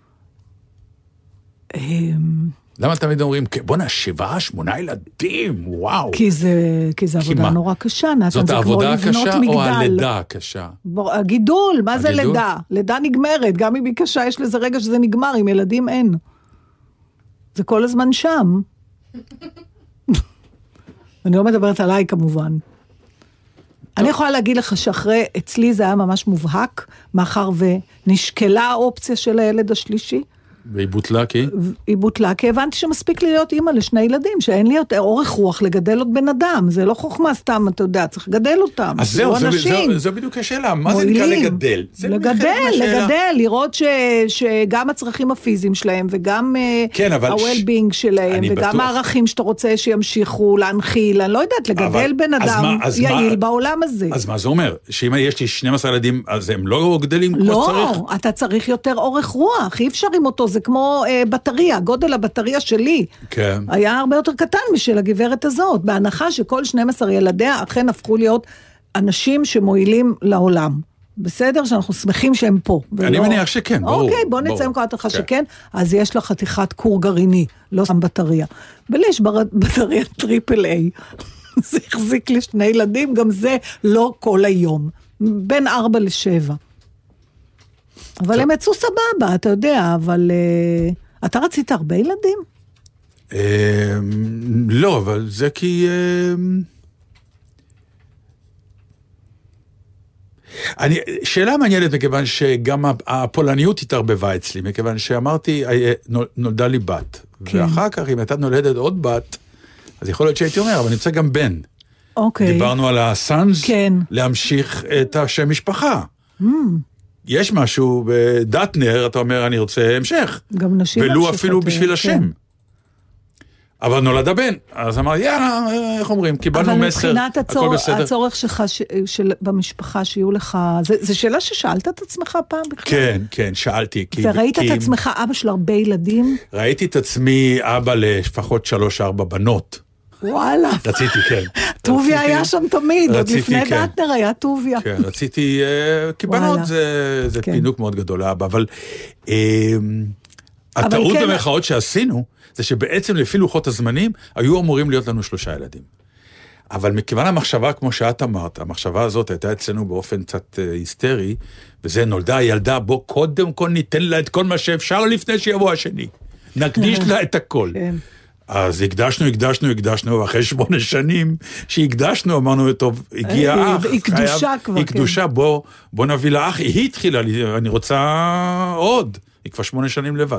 Speaker 3: למה תמיד אומרים, בוא נה, 7-8 ילדים, וואו.
Speaker 4: כי זה עבודה נורא קשה, נתן,
Speaker 3: זאת העבודה הקשה או הלידה הקשה?
Speaker 4: הגידול, מה זה לידה? לידה נגמרת, גם אם היא קשה, יש לזה רגע שזה נגמר, עם ילדים אין. זה כל הזמן שם. אני לא מדברת עליי כמובן. אני יכולה להגיד לך שאחרי, אצלי זה היה ממש מובהק, מאחר ונשקלה האופציה של הילד השלישי.
Speaker 3: והיא בוטלה כי? היא
Speaker 4: בוטלה כי הבנתי שמספיק לי להיות אימא לשני ילדים, שאין לי יותר אורך רוח לגדל עוד בן אדם, זה לא חוכמה סתם, אתה יודע, צריך לגדל אותם.
Speaker 3: אז זהו בדיוק השאלה, מה זה נקרא לגדל?
Speaker 4: לגדל, לראות שגם הצרכים הפיזיים שלהם, וגם ה-well-being שלהם, וגם הערכים שאתה רוצה שימשיכו להנחיל, אני לא יודעת, לגדל בן אדם יעיל בעולם הזה.
Speaker 3: אז מה זה אומר? שאם יש לי 12 ילדים, אז הם לא גדלים כמו שצריך?
Speaker 4: לא, אתה צריך יותר אורך רוח, אי אפשר עם אותו, זה כמו בטריה, גודל הבטריה שלי.
Speaker 3: כן.
Speaker 4: היה הרבה יותר קטן משל הגברת הזאת, בהנחה שכל 12 ילדיה אכן הפכו להיות אנשים שמועילים לעולם. בסדר? שאנחנו שמחים שהם פה.
Speaker 3: אני מניח שכן, ברור.
Speaker 4: אוקיי, בוא נצא עם קורת לך שכן, אז יש לה חתיכת קור גרעיני, לא שם בטריה. ולי יש בטריה טריפל איי. זה החזיק לי 2 ילדים, גם זה לא כל היום. בין 4 ל-7. אבל הם יצאו סבבה, אתה יודע, אבל... אתה רצית הרבה ילדים?
Speaker 3: לא, אבל זה כי... שאלה מעניינת, מכיוון שגם הפולניות התערבבה אצלי, מכיוון שאמרתי, נולדה לי בת. ואחר כך, אם הייתה נולדת עוד בת, אז יכול להיות שהייתי אומר, אבל נמצא גם בן.
Speaker 4: אוקיי.
Speaker 3: דיברנו על הסאנס, להמשיך את השם משפחה. יש משהו בדטנר, אתה אומר, אני רוצה המשך.
Speaker 4: גם נשים
Speaker 3: ולו אפילו בשביל השם. אבל נולד הבן, אז אמר, יאללה, איך אומרים, קיבלנו מסר, הכל בסדר.
Speaker 4: אבל מבחינת הצורך שלך במשפחה שיהיו לך, זו שאלה ששאלת את עצמך פעם בכלל?
Speaker 3: כן, שאלתי.
Speaker 4: וראית את עצמך אבא של הרבה ילדים?
Speaker 3: ראיתי את עצמי אבא לפחות 3-4 בנות.
Speaker 4: וואלה.
Speaker 3: רציתי, כן.
Speaker 4: טוביה היה שם תמיד, עוד לפני דטנר היה טוביה.
Speaker 3: כן, רציתי, כי בנות זה פינוק מאוד גדול לאבא, אבל הטעות במחאות שעשינו, זה שבעצם לפי לוחות הזמנים, היו אמורים להיות לנו 3 ילדים. אבל מכיוון המחשבה, כמו שאת אמרת, המחשבה הזאת הייתה אצלנו באופן קצת היסטרי, וזה נולדה הילדה, בוא קודם כל ניתן לה את כל מה שאפשר לפני שיבוא השני. נקדיש לה את הכל. אז הקדשנו, ואחרי 8 שנים שהקדשנו, אמרנו, טוב, הגיע אח.
Speaker 4: היא קדושה כבר.
Speaker 3: היא קדושה, בוא נביא לה אח. היא התחילה, אני רוצה עוד. היא כבר 8 שנים לבד.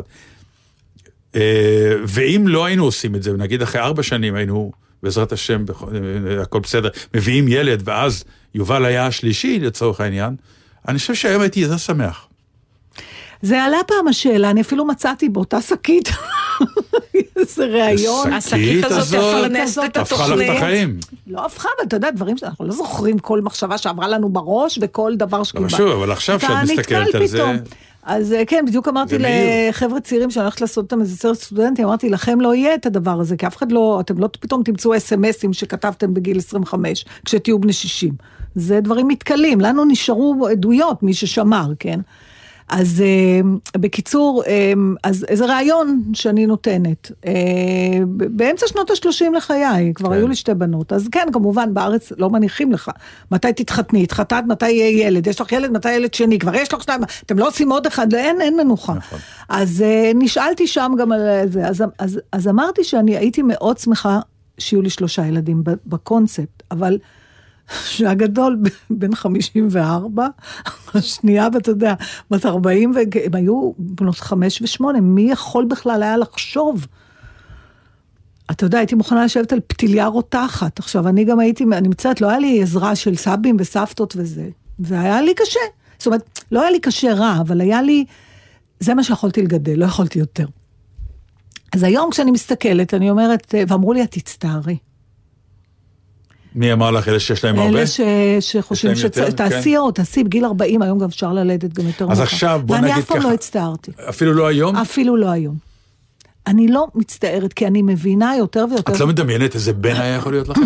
Speaker 3: ואם לא היינו עושים את זה, ונגיד אחרי 4 שנים היינו, בעזרת השם, הכל בסדר, מביאים ילד, ואז יובל היה השלישי לצורך העניין, אני חושב שהיום הייתי יותר שמח.
Speaker 4: זה עלה פעם השאלה, אני אפילו מצאתי באותה שקית, איזה רעיון.
Speaker 5: השקית הזאת הפכה את התוכנית.
Speaker 4: לא הפכה, אבל אתה יודע, דברים שאנחנו לא זוכרים כל מחשבה שעברה לנו בראש, וכל דבר שקיבל.
Speaker 3: אבל עכשיו שאת מסתכלת על זה...
Speaker 4: אז כן, בדיוק אמרתי לחבר'ה צעירים שאני הולכת לעשות אותם איזה סרט סטודנטי, אמרתי, לכם לא יהיה את הדבר הזה, כי אף אחד לא, אתם לא פתאום תמצאו אס-אמסים שכתבתם בגיל 25, כשתהיו בני 60. זה דברים מתקלים, לנו נשארו עדויות, מי ששמר, כן? אז בקיצור, אז איזה רעיון שאני נותנת, באמצע שנות ה-30 לחיי, כבר היו לי 2 בנות, אז כן, כמובן, בארץ לא מניחים לך, מתי תתחתני, התחתת, מתי יהיה ילד, יש לך ילד, מתי ילד שני, כבר יש לך 2, אתם לא עושים עוד אחד, אין מנוחה. אז נשאלתי שם גם על זה, אז אמרתי שאני הייתי מאוד שמחה שיהיו לי 3 ילדים בקונספט, אבל... שהגדול בן 54, השנייה, ואתה יודע, בת 40, והם היו בנות 5 ו8, מי יכול בכלל היה לחשוב? אתה יודע, הייתי מוכנה לשבת על פתיליה רותחת, עכשיו אני גם הייתי, אני מצאת, לא היה לי עזרה של סבים וסבתות וזה, והיה לי קשה, זאת אומרת, לא היה לי קשה רע, אבל היה לי, זה מה שיכולתי לגדל, לא יכולתי יותר. אז היום כשאני מסתכלת, אני אומרת, ואמרו לי, את תצטערי.
Speaker 3: מי אמר לך, אלה שיש להם הרבה?
Speaker 4: אלה שחושבים שתעשי או תעשי, בגיל 40, היום גם אפשר ללדת גם יותר
Speaker 3: אז עכשיו בוא נגיד ככה.
Speaker 4: ואני אף פעם לא הצטערתי.
Speaker 3: אפילו לא היום?
Speaker 4: אפילו לא היום. אני לא מצטערת, כי אני מבינה יותר ויותר.
Speaker 3: את לא מדמיינת איזה בן היה יכול להיות לכם?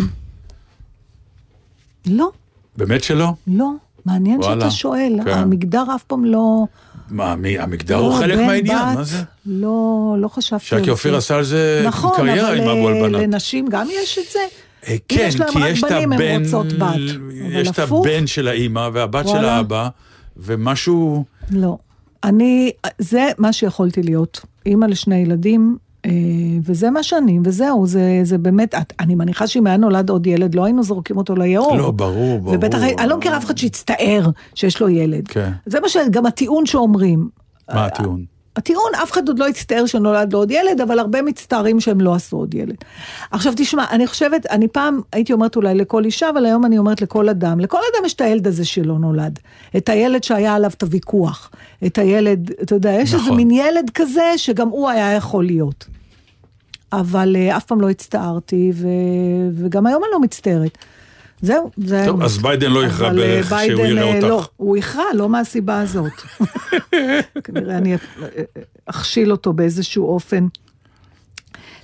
Speaker 4: לא.
Speaker 3: באמת שלא?
Speaker 4: לא. מעניין שאתה שואל. המגדר אף פעם לא...
Speaker 3: מה, המגדר הוא חלק מהעניין, מה זה?
Speaker 4: לא חשבתי.
Speaker 3: שקי אופיר עשה על זה קריירה עם אבו על בנת.
Speaker 4: לנשים גם יש את זה.
Speaker 3: כן, כי יש את הבן של האמא והבת של האבא, ומשהו...
Speaker 4: לא, זה מה שיכולתי להיות, אמא ל2 ילדים, וזה מה שאני, וזהו, זה באמת, אני מניחה שאם היה נולד עוד ילד, לא היינו זורקים אותו ליאור.
Speaker 3: לא, ברור.
Speaker 4: ובטח, אני לא מכיר אף אחד שיצטער שיש לו ילד. זה מה שגם הטיעון שאומרים.
Speaker 3: מה הטיעון?
Speaker 4: הטיעון, אף אחד עוד לא יצטער שנולד לו עוד ילד, אבל הרבה מצטערים שהם לא עשו עוד ילד. עכשיו תשמע, אני חושבת, אני פעם הייתי אומרת אולי לכל אישה, אבל היום אני אומרת לכל אדם. לכל אדם יש את הילד הזה שלא נולד. את הילד שהיה עליו את הוויכוח. את הילד, אתה יודע, יש איזה מין ילד כזה, שגם הוא היה יכול להיות. אבל אף פעם לא הצטערתי, וגם היום אני לא מצטערת. זהו, זה...
Speaker 3: טוב, אז ביידן לא יכרע בערך שהוא יראה אותך.
Speaker 4: לא, הוא יכרע, לא מהסיבה הזאת. כנראה אני אכשיל אותו באיזשהו אופן.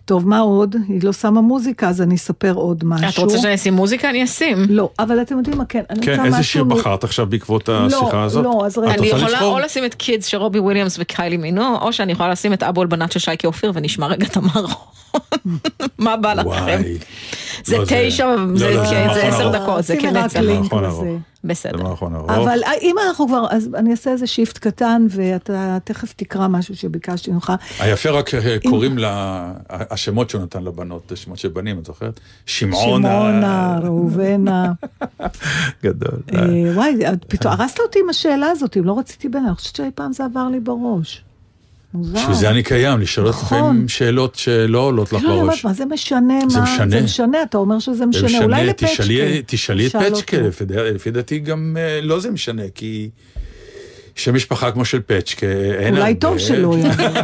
Speaker 4: טוב, מה עוד? היא לא שמה מוזיקה, אז אני אספר עוד משהו.
Speaker 5: את רוצה שאני אשים מוזיקה? אני אשים.
Speaker 4: לא, אבל אתם יודעים מה, כן.
Speaker 3: כן, איזה שיר בחרת עכשיו בעקבות השיחה הזאת?
Speaker 4: לא, אז רגע.
Speaker 5: אני יכולה או לשים את קידס של רובי וויליאמס וקיילי מינו, או שאני יכולה לשים את אבו אלבנת של שייקי אופיר, ונשמע רגע את המערכון. מה בא לכם? זה 9, זה 10 דקות, זה כן נצא. בסדר.
Speaker 4: אבל אם אנחנו כבר, אז אני אעשה איזה שיפט קטן, ואתה תכף תקרא משהו שביקשתי ממך.
Speaker 3: היפה רק קוראים לה, השמות שהוא נתן לבנות, השמות של בנים, את זוכרת? שמעונה,
Speaker 4: ראובנה.
Speaker 3: גדול.
Speaker 4: וואי, פתאום הרסת אותי עם השאלה הזאת, אם לא רציתי בין, אני חושבת שאי פעם זה עבר לי בראש.
Speaker 3: שזה אני קיים, לשאול לפעמים שאלות שלא עולות לך בראש.
Speaker 4: מה זה משנה? זה משנה, אתה אומר שזה משנה, אולי לפצ'קה.
Speaker 3: תשאלי את פצ'קה, לפי דעתי גם לא זה משנה, כי שם משפחה כמו של פצ'קה,
Speaker 4: אולי טוב שלא יאמר.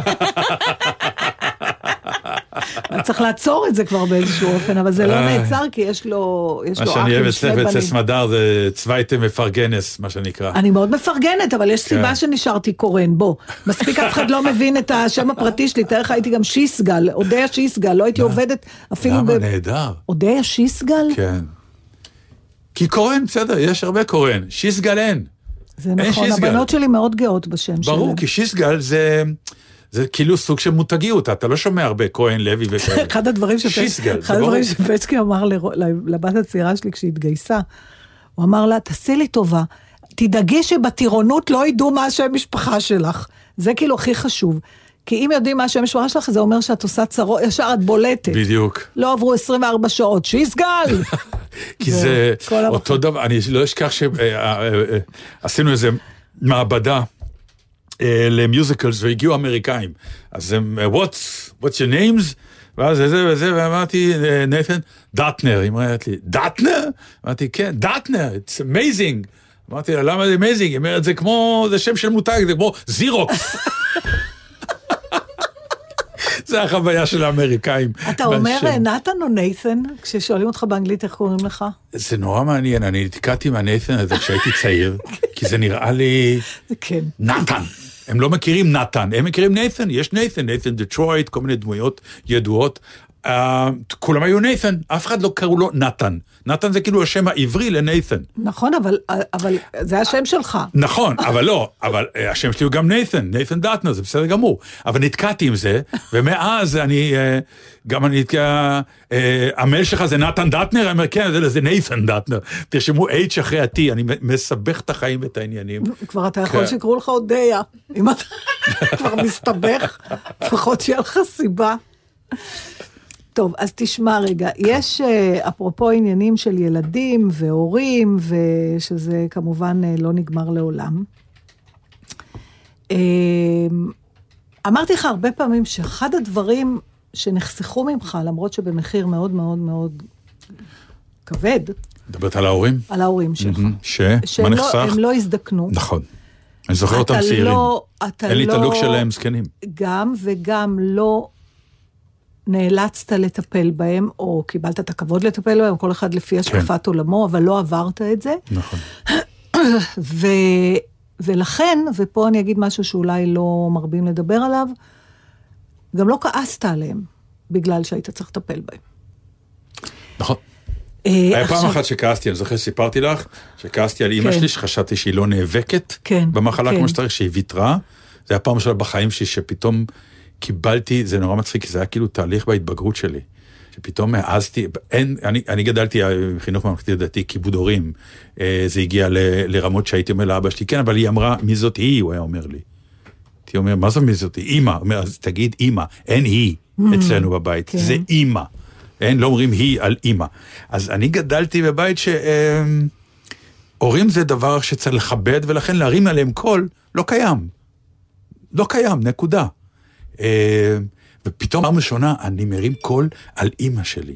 Speaker 4: צריך לעצור את זה כבר באיזשהו אופן, אבל זה לא נעצר, כי יש לו אח עם שני בנים.
Speaker 3: מה שאני אוהב אצלך סמדר זה צווייטה מפרגנס, מה שנקרא.
Speaker 4: אני מאוד מפרגנת, אבל יש סיבה שנשארתי קורן, בוא. מספיק אף אחד לא מבין את השם הפרטי שלי, תארך הייתי גם שיסגל, אודיה שיסגל, לא הייתי עובדת אפילו
Speaker 3: למה? נהדר.
Speaker 4: אודיה שיסגל?
Speaker 3: כן. כי קורן, בסדר, יש הרבה קורן. שיסגל אין.
Speaker 4: זה נכון, הבנות שלי מאוד גאות בשם שלהם.
Speaker 3: ברור, כי שיסגל זה כאילו סוג של מותגיות, אתה לא שומע הרבה כהן, לוי וכאלה.
Speaker 4: אחד הדברים שפצ'קי אמר לבת הצעירה שלי כשהתגייסה, הוא אמר לה, תעשי לי טובה, תדאגי שבטירונות לא ידעו מה השם משפחה שלך. זה כאילו הכי חשוב. כי אם יודעים מה השם משפחה שלך, זה אומר שאת עושה צרות, ישר את בולטת.
Speaker 3: בדיוק.
Speaker 4: לא עברו 24 שעות, שיסגל!
Speaker 3: כי זה אותו דבר, אני לא אשכח שעשינו איזה מעבדה, למיוזיקלס, והגיעו אמריקאים. אז הם, what's your names? ואז זה וזה, ואמרתי, נתן, דאטנר. היא אמרת לי, דאטנר? אמרתי, כן, דאטנר, it's amazing. אמרתי לה, למה זה amazing? היא אומרת, זה כמו, זה שם של מותג, זה כמו זירוקס. זה החוויה של האמריקאים.
Speaker 4: אתה אומר נתן או נייתן? כששואלים אותך באנגלית, איך קוראים לך?
Speaker 3: זה נורא מעניין, אני נתקעתי עם הנייתן הזה כשהייתי צעיר, כי זה נראה לי נתן. הם לא מכירים נתן, הם מכירים נייתן, יש נייתן דטרויט, כל מיני דמויות ידועות, כולם היו נייתן, אף אחד לא קראו לו נתן. נתן זה כאילו השם העברי לנייתן.
Speaker 4: נכון, אבל זה השם שלך. נכון,
Speaker 3: אבל לא, אבל השם שלי הוא גם נייתן דאטנר, זה בסדר גמור. אבל נתקעתי עם זה, ומאז אני המייל שלך זה נתן דאטנר, אני אומר, כן, זה נייתן דאטנר. תרשמו H אחרי ה-T, אני מסבך את החיים ואת העניינים.
Speaker 4: כבר אתה יכול שיקראו לך אודיה, אם אתה כבר מסתבך, לפחות שיהיה לך סיבה. טוב, אז תשמע רגע, יש אפרופו עניינים של ילדים והורים, ושזה כמובן לא נגמר לעולם. אמרתי לך הרבה פעמים שאחד הדברים שנחסכו ממך, למרות שבמחיר מאוד מאוד מאוד כבד.
Speaker 3: מדברת על ההורים?
Speaker 4: על ההורים שלך.
Speaker 3: מה נחסך?
Speaker 4: הם לא הזדקנו.
Speaker 3: נכון. אני זוכר אותם צעירים. אין לי את הלוק שלהם זקנים.
Speaker 4: גם וגם לא נאלצת לטפל בהם, או קיבלת את הכבוד לטפל בהם, כל אחד לפי השקפת עולמו, אבל לא עברת את זה.
Speaker 3: נכון.
Speaker 4: ולכן, ופה אני אגיד משהו שאולי לא מרבים לדבר עליו, גם לא כעסת עליהם, בגלל שהיית צריך לטפל בהם.
Speaker 3: נכון. היה פעם אחת שכעסתי, אני זוכר שסיפרתי לך, שכעסתי על אמא שלי, שחשבתי שהיא לא נאבקת במחלה כמו שצריך, שהיא ויתרה. זה היה פעם שלה בחיים שלי, שפתאום קיבלתי, זה נורא מצחיק, כי זה היה כאילו תהליך בהתבגרות שלי, שפתאום העזתי, אני גדלתי בחינוך ממלכתי דתי, כיבוד הורים, זה הגיע לרמות שהייתי אומר לאבא שלי, כן, אבל היא אמרה, מי זאת היא, הוא היה אומר לי. הייתי אומר, מה זאת מי זאת היא? אמא, אומר, אז תגיד אמא, אין היא אצלנו בבית, זה אמא. לא אומרים היא על אמא. אז אני גדלתי בבית שהורים זה דבר שצריך לכבד, ולכן להרים עליהם קול לא קיים. לא קיים, נקודה. ופתאום פעם ראשונה אני מרים קול על אמא שלי.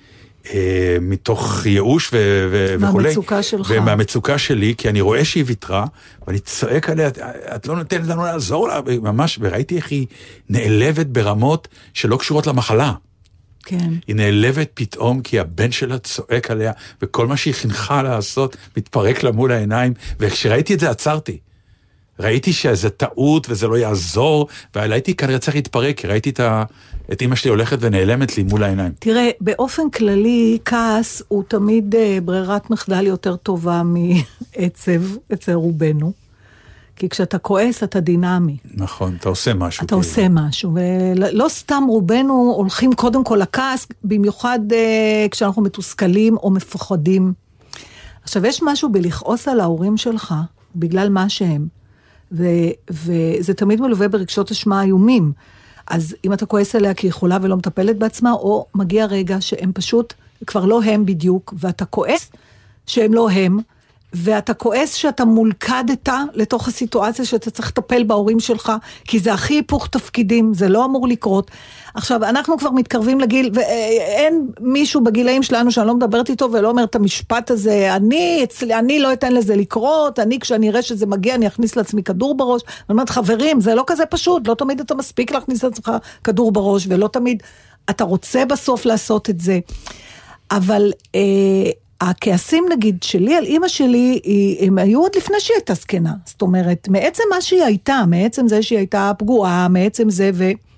Speaker 3: מתוך ייאוש וכולי.
Speaker 4: מהמצוקה שלך.
Speaker 3: ומהמצוקה שלי, כי אני רואה שהיא ויתרה, ואני צועק עליה, את לא נותנת לנו לעזור לה, ממש, וראיתי איך היא נעלבת ברמות שלא קשורות למחלה.
Speaker 4: כן.
Speaker 3: היא נעלבת פתאום, כי הבן שלה צועק עליה, וכל מה שהיא חינכה לעשות, מתפרק לה מול העיניים, וכשראיתי את זה עצרתי. ראיתי שזה טעות וזה לא יעזור, והייתי כנראה צריך להתפרק, כי ראיתי את אמא שלי הולכת ונעלמת לי מול העיניים.
Speaker 4: תראה, באופן כללי, כעס הוא תמיד ברירת מחדל יותר טובה מעצב אצל רובנו. כי כשאתה כועס, אתה דינמי.
Speaker 3: נכון, אתה עושה משהו.
Speaker 4: אתה עושה משהו, ולא סתם רובנו הולכים קודם כל לכעס, במיוחד כשאנחנו מתוסכלים או מפוחדים. עכשיו, יש משהו בלכעוס על ההורים שלך, בגלל מה שהם, וזה תמיד מלווה ברגשות אשמה איומים. אז אם אתה כועס עליה כי היא חולה ולא מטפלת בעצמה, או מגיע רגע שהם פשוט כבר לא הם בדיוק, ואתה כועס שהם לא הם, ואתה כועס שאתה מולכדת לתוך הסיטואציה שאתה צריך לטפל בהורים שלך, כי זה הכי היפוך תפקידים, זה לא אמור לקרות. עכשיו, אנחנו כבר מתקרבים לגיל, ואין מישהו בגילאים שלנו שאני לא מדברת איתו, ולא אומר את המשפט הזה, אני לא אתן לזה לקרות, כשאני אראה שזה מגיע, אני אכניס לעצמי כדור בראש. אני אומרת, חברים, זה לא כזה פשוט, לא תמיד אתה מספיק להכניס לעצמך כדור בראש, ולא תמיד אתה רוצה בסוף לעשות את זה. אבל הכעסים נגיד שלי על אמא שלי, הם היו עוד לפני שהיא הייתה זקנה. זאת אומרת, מעצם מה שהיא הייתה, מעצם זה שהיא הייתה פגועה, מעצם זה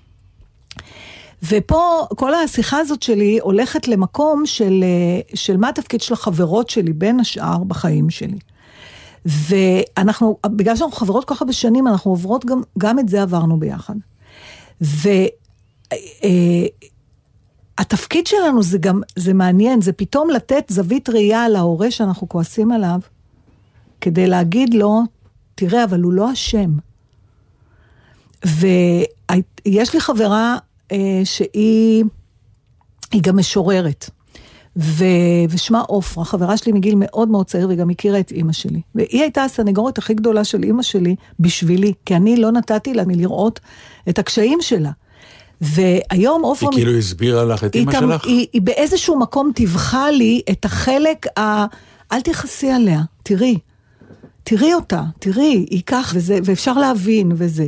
Speaker 4: ופה כל השיחה הזאת שלי הולכת למקום של מה התפקיד של החברות שלי בין השאר בחיים שלי. ואנחנו, בגלל שאנחנו חברות ככה בשנים, אנחנו עוברות גם את זה עברנו ביחד. התפקיד שלנו זה מעניין, זה פתאום לתת זווית ראייה להורה שאנחנו כועסים עליו, כדי להגיד לו, תראה, אבל הוא לא אשם. ויש לי חברה שהיא גם משוררת, ושמה אופרה, חברה שלי מגיל מאוד מאוד צעיר, והיא גם הכירה את אמא שלי. והיא הייתה הסנגורית הכי גדולה של אמא שלי בשבילי, כי אני לא נתתי לה מלראות את הקשיים שלה. והיום אופרה...
Speaker 3: היא כאילו הסבירה לך את אמא שלך?
Speaker 4: היא באיזשהו מקום תבחה לי את החלק אל תחסי עליה, תראי אותה, היא כך וזה, ואפשר להבין וזה.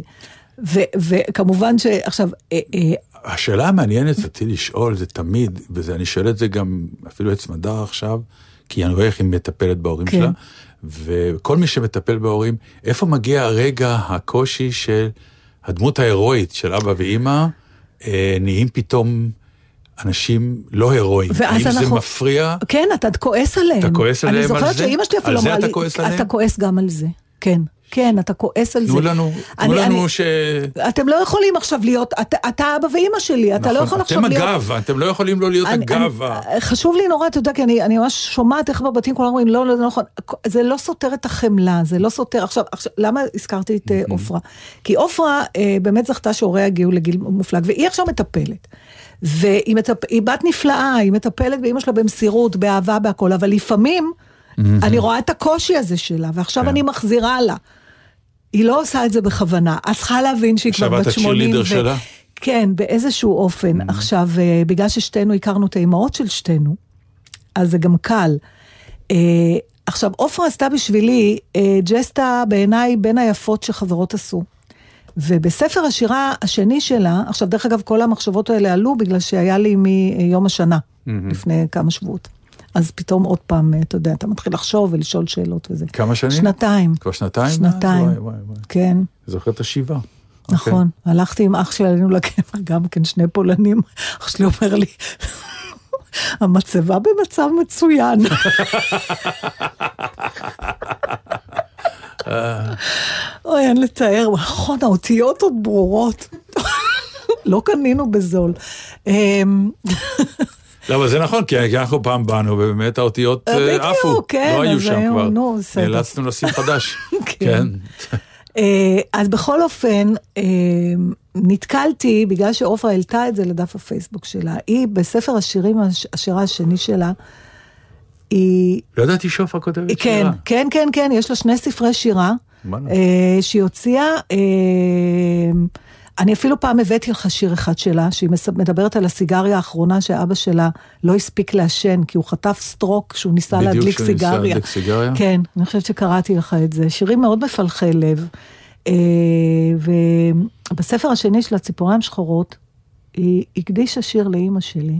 Speaker 4: וכמובן שעכשיו...
Speaker 3: השאלה המעניינת אותי לשאול, זה תמיד, ואני שואל את זה גם אפילו את סמדר עכשיו, כי אני רואה איך היא מטפלת בהורים שלה, וכל מי שמטפל בהורים, איפה מגיע הרגע הקושי של הדמות ההירואית של אבא ואמא, נהיים פתאום אנשים לא הירואיים. האם זה מפריע?
Speaker 4: כן, אתה כועס עליהם.
Speaker 3: אתה כועס עליהם על זה?
Speaker 4: אני זוכרת שאמא שלי אפילו אמרה לי, אתה כועס גם על זה. כן, אתה כועס על זה.
Speaker 3: תנו לנו ש...
Speaker 4: אתם לא יכולים עכשיו להיות, אתה אבא ואמא שלי, אתה לא יכול עכשיו להיות...
Speaker 3: אתם הגב, אתם לא יכולים לא להיות הגב. חשוב
Speaker 4: לי נורא, אתה יודע, כי אני ממש שומעת איך בבתים כולם אומרים, לא נכון, זה לא סותר את החמלה, זה לא סותר. עכשיו, למה הזכרתי את אופרה? כי אופרה באמת זכתה שהוריה הגיעו לגיל מופלג, והיא עכשיו מטפלת. והיא בת נפלאה, היא מטפלת באמא שלה במסירות, באהבה, בהכל, אבל לפעמים אני רואה את הקושי הזה שלה, ועכשיו אני מחזירה לה. היא לא עושה את זה בכוונה. אז צריכה להבין שהיא כבר בת 80.
Speaker 3: עכשיו את הצ'ירלידר שלה?
Speaker 4: כן, באיזשהו אופן. עכשיו, בגלל ששתינו הכרנו את האימהות של שתינו, אז זה גם קל. עכשיו, אופרה עשתה בשבילי ג'סטה בעיניי בין היפות שחברות עשו. ובספר השירה השני שלה, עכשיו דרך אגב כל המחשבות האלה עלו, בגלל שהיה לי מיום השנה, לפני כמה שבועות. אז פתאום עוד פעם, אתה יודע, אתה מתחיל לחשוב ולשאול שאלות וזה.
Speaker 3: כמה שנים?
Speaker 4: שנתיים.
Speaker 3: כבר שנתיים?
Speaker 4: שנתיים.
Speaker 3: וואי.
Speaker 4: כן.
Speaker 3: זוכר את השיבה.
Speaker 4: נכון. הלכתי עם אח שלי, עלינו לקבר, גם כן שני פולנים. אח שלי אומר לי, המצבה במצב מצוין. אוי, אין לתאר. נכון, האותיות עוד ברורות. לא קנינו בזול.
Speaker 3: לא, אבל זה נכון, כי אנחנו פעם באנו, ובאמת האותיות עפו, לא היו שם כבר. נאלצנו לשים חדש. כן.
Speaker 4: אז בכל אופן, נתקלתי, בגלל שאופרה העלתה את זה לדף הפייסבוק שלה, היא בספר השירים, השירה השני שלה, היא...
Speaker 3: לא ידעתי שאופרה כותבת שירה.
Speaker 4: כן, יש לה 2 ספרי שירה, שהיא הוציאה... אני אפילו פעם הבאתי לך שיר אחד שלה, שהיא מדברת על הסיגריה האחרונה שאבא שלה לא הספיק לעשן, כי הוא חטף סטרוק כשהוא ניסה להדליק סיגריה. כן, אני חושבת שקראתי לך את זה. שירים מאוד מפלחי לב. ובספר השני של הציפוריים שחורות, היא הקדישה שיר לאמא שלי.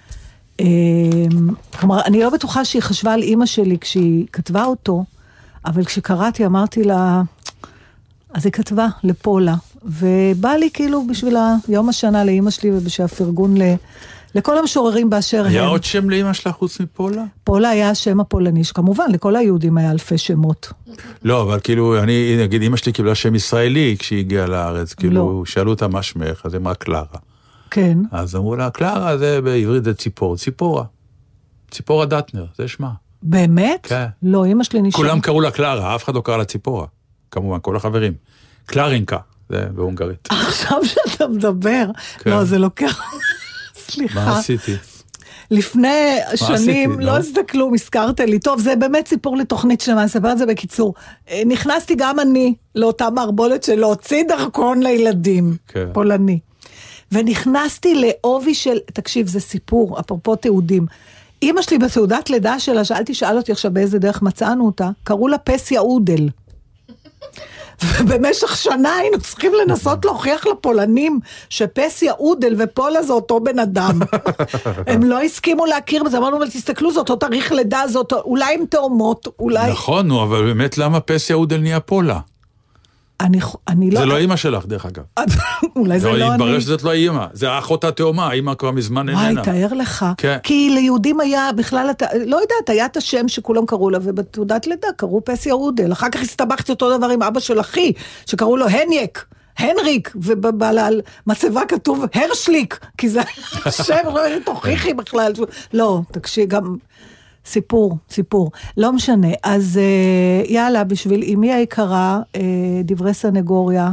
Speaker 4: כלומר, אני לא בטוחה שהיא חשבה על אמא שלי כשהיא כתבה אותו, אבל כשקראתי אמרתי לה... אז היא כתבה לפולה, ובא לי כאילו בשביל יום השנה לאמא שלי ובשביל הפרגון לכל המשוררים באשר הם.
Speaker 3: היה עוד שם לאמא שלך חוץ מפולה?
Speaker 4: פולה היה השם הפולני, כמובן, לכל היהודים היה אלפי שמות.
Speaker 3: לא, אבל כאילו, אני, נגיד, אמא שלי קיבלה שם ישראלי כשהיא הגיעה לארץ, כאילו, שאלו אותה מה שמך, אז היא אמרה קלרה.
Speaker 4: כן.
Speaker 3: אז אמרו לה, קלרה זה בעברית זה ציפור, ציפורה. ציפורה דטנר, זה שמה.
Speaker 4: באמת?
Speaker 3: כן.
Speaker 4: לא, אמא שלי נשאר.
Speaker 3: כולם קראו לה קלרה, אף אחד לא קרא לה ציפורה. כמובן, כל החברים. קלרינקה, זה בהונגרית.
Speaker 4: עכשיו שאתה מדבר, לא, זה לוקח... סליחה.
Speaker 3: מה עשיתי?
Speaker 4: לפני שנים, לא הסתכלו, הזכרת לי. טוב, זה באמת סיפור לתוכנית שלמה, אני אספר את זה בקיצור. נכנסתי גם אני לאותה מערבולת של להוציא דרכון לילדים, פולני. ונכנסתי לעובי של, תקשיב, זה סיפור, אפרופו תיעודים. אמא שלי בתעודת לידה שלה, שאל אותי עכשיו באיזה דרך מצאנו אותה, קראו לה פסיה אודל. ובמשך שנה היינו צריכים לנסות להוכיח לפולנים שפסיה אודל ופולה זה אותו בן אדם. הם לא הסכימו להכיר בזה, אמרנו, אבל תסתכלו, זה אותו תאריך לידה, אולי הם תאומות, אולי...
Speaker 3: נכון, אבל באמת למה פסיה אודל נהיה פולה?
Speaker 4: אני לא...
Speaker 3: זה לא אימא שלך, דרך אגב.
Speaker 4: אולי זה לא אני.
Speaker 3: התברר שזאת לא אימא, זה האחות התאומה, האימא כבר מזמן איננה.
Speaker 4: וואי, תאר לך. כי ליהודים היה בכלל, לא יודעת, היה את השם שכולם קראו לה, ובתעודת לידה קראו פסיה אודל. אחר כך הסתבכתי אותו דבר עם אבא של אחי, שקראו לו הניק, הנריק, ובעל מצבה כתוב הרשליק, כי זה השם, לא תוכיחי בכלל. לא, תקשיב, גם... סיפור, לא משנה. אז יאללה, בשביל אמי היקרה, דברי סנגוריה,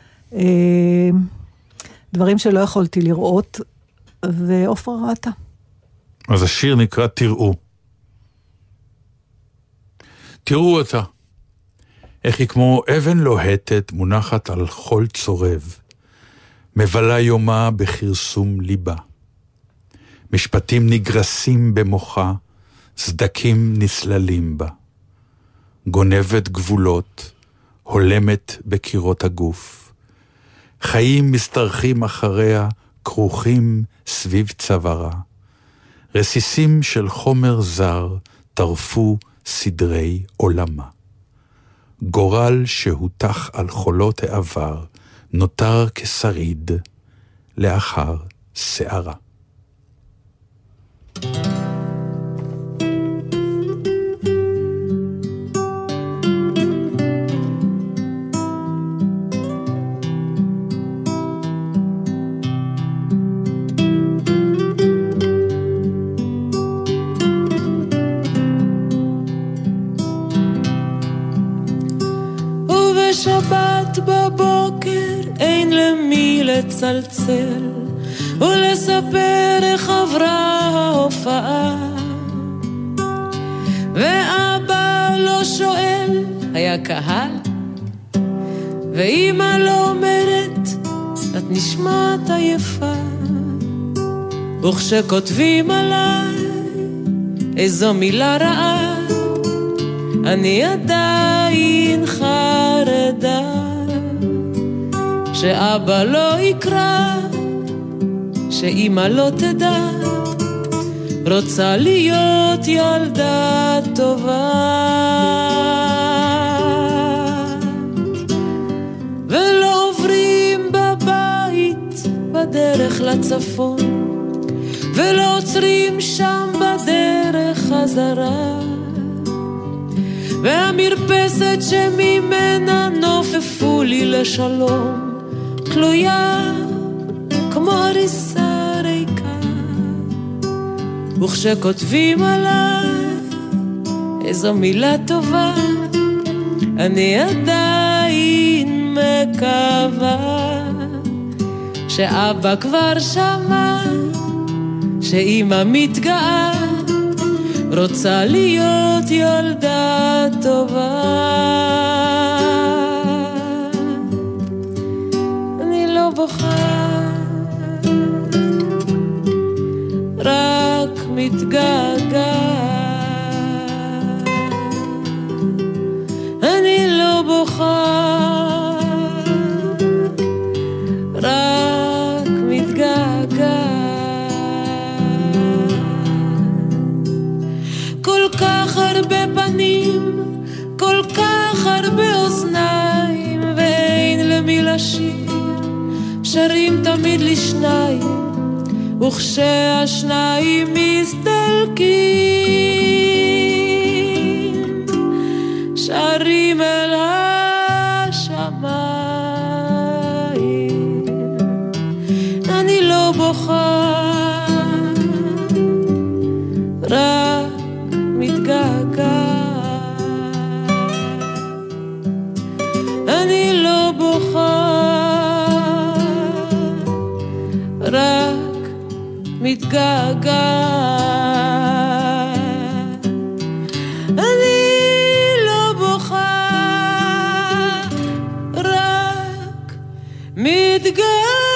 Speaker 4: דברים שלא יכולתי לראות, ואופרה ראתה.
Speaker 3: אז השיר נקרא תראו. תראו אותה. איך היא כמו אבן לוהטת מונחת על חול צורב, מבלה יומה בחרסום ליבה. משפטים נגרסים במוחה, סדקים נסללים בה, גונבת גבולות, הולמת בקירות הגוף, חיים מסתרחים אחריה, כרוכים סביב צווארה, רסיסים של חומר זר טרפו סדרי עולמה. גורל שהותח על חולות העבר, נותר כשריד לאחר שערה.
Speaker 7: שבת בבוקר אין למי לצלצל ולספר איך עברה ההופעה, ואבא לא שואל, היה קהל, ואמא לא אומרת, את נשמעת עייפה, וכשכותבים עליי איזו מילה רעה, אני עדיין חרדה שאבא לא יקרא, שאמא לא תדע, רוצה להיות ילדה טובה, ולא עוברים בבית בדרך לצפון, ולא עוצרים שם בדרך חזרה, והמרפסת שממנה נופפו לי לשלום תלויה כמו הריסה ריקה, וכשכותבים עליי איזו מילה טובה, אני עדיין מקווה שאבא כבר שמע שאמא מתגאה, רוצה להיות ילדה טובה. אני לא בוכה, רק מתגעגעת. אני לא בוכה, רק מתגעגעת. כל כך הרבה פנים, כל כך הרבה השיר שרים תמיד לשניים וכשהשניים מסתלקים שרים אל השמיים אני לא בוכה רק מתגעגעת אני לא בוכה רק מתגעגעת אני לא בוכה רק מתגעגעת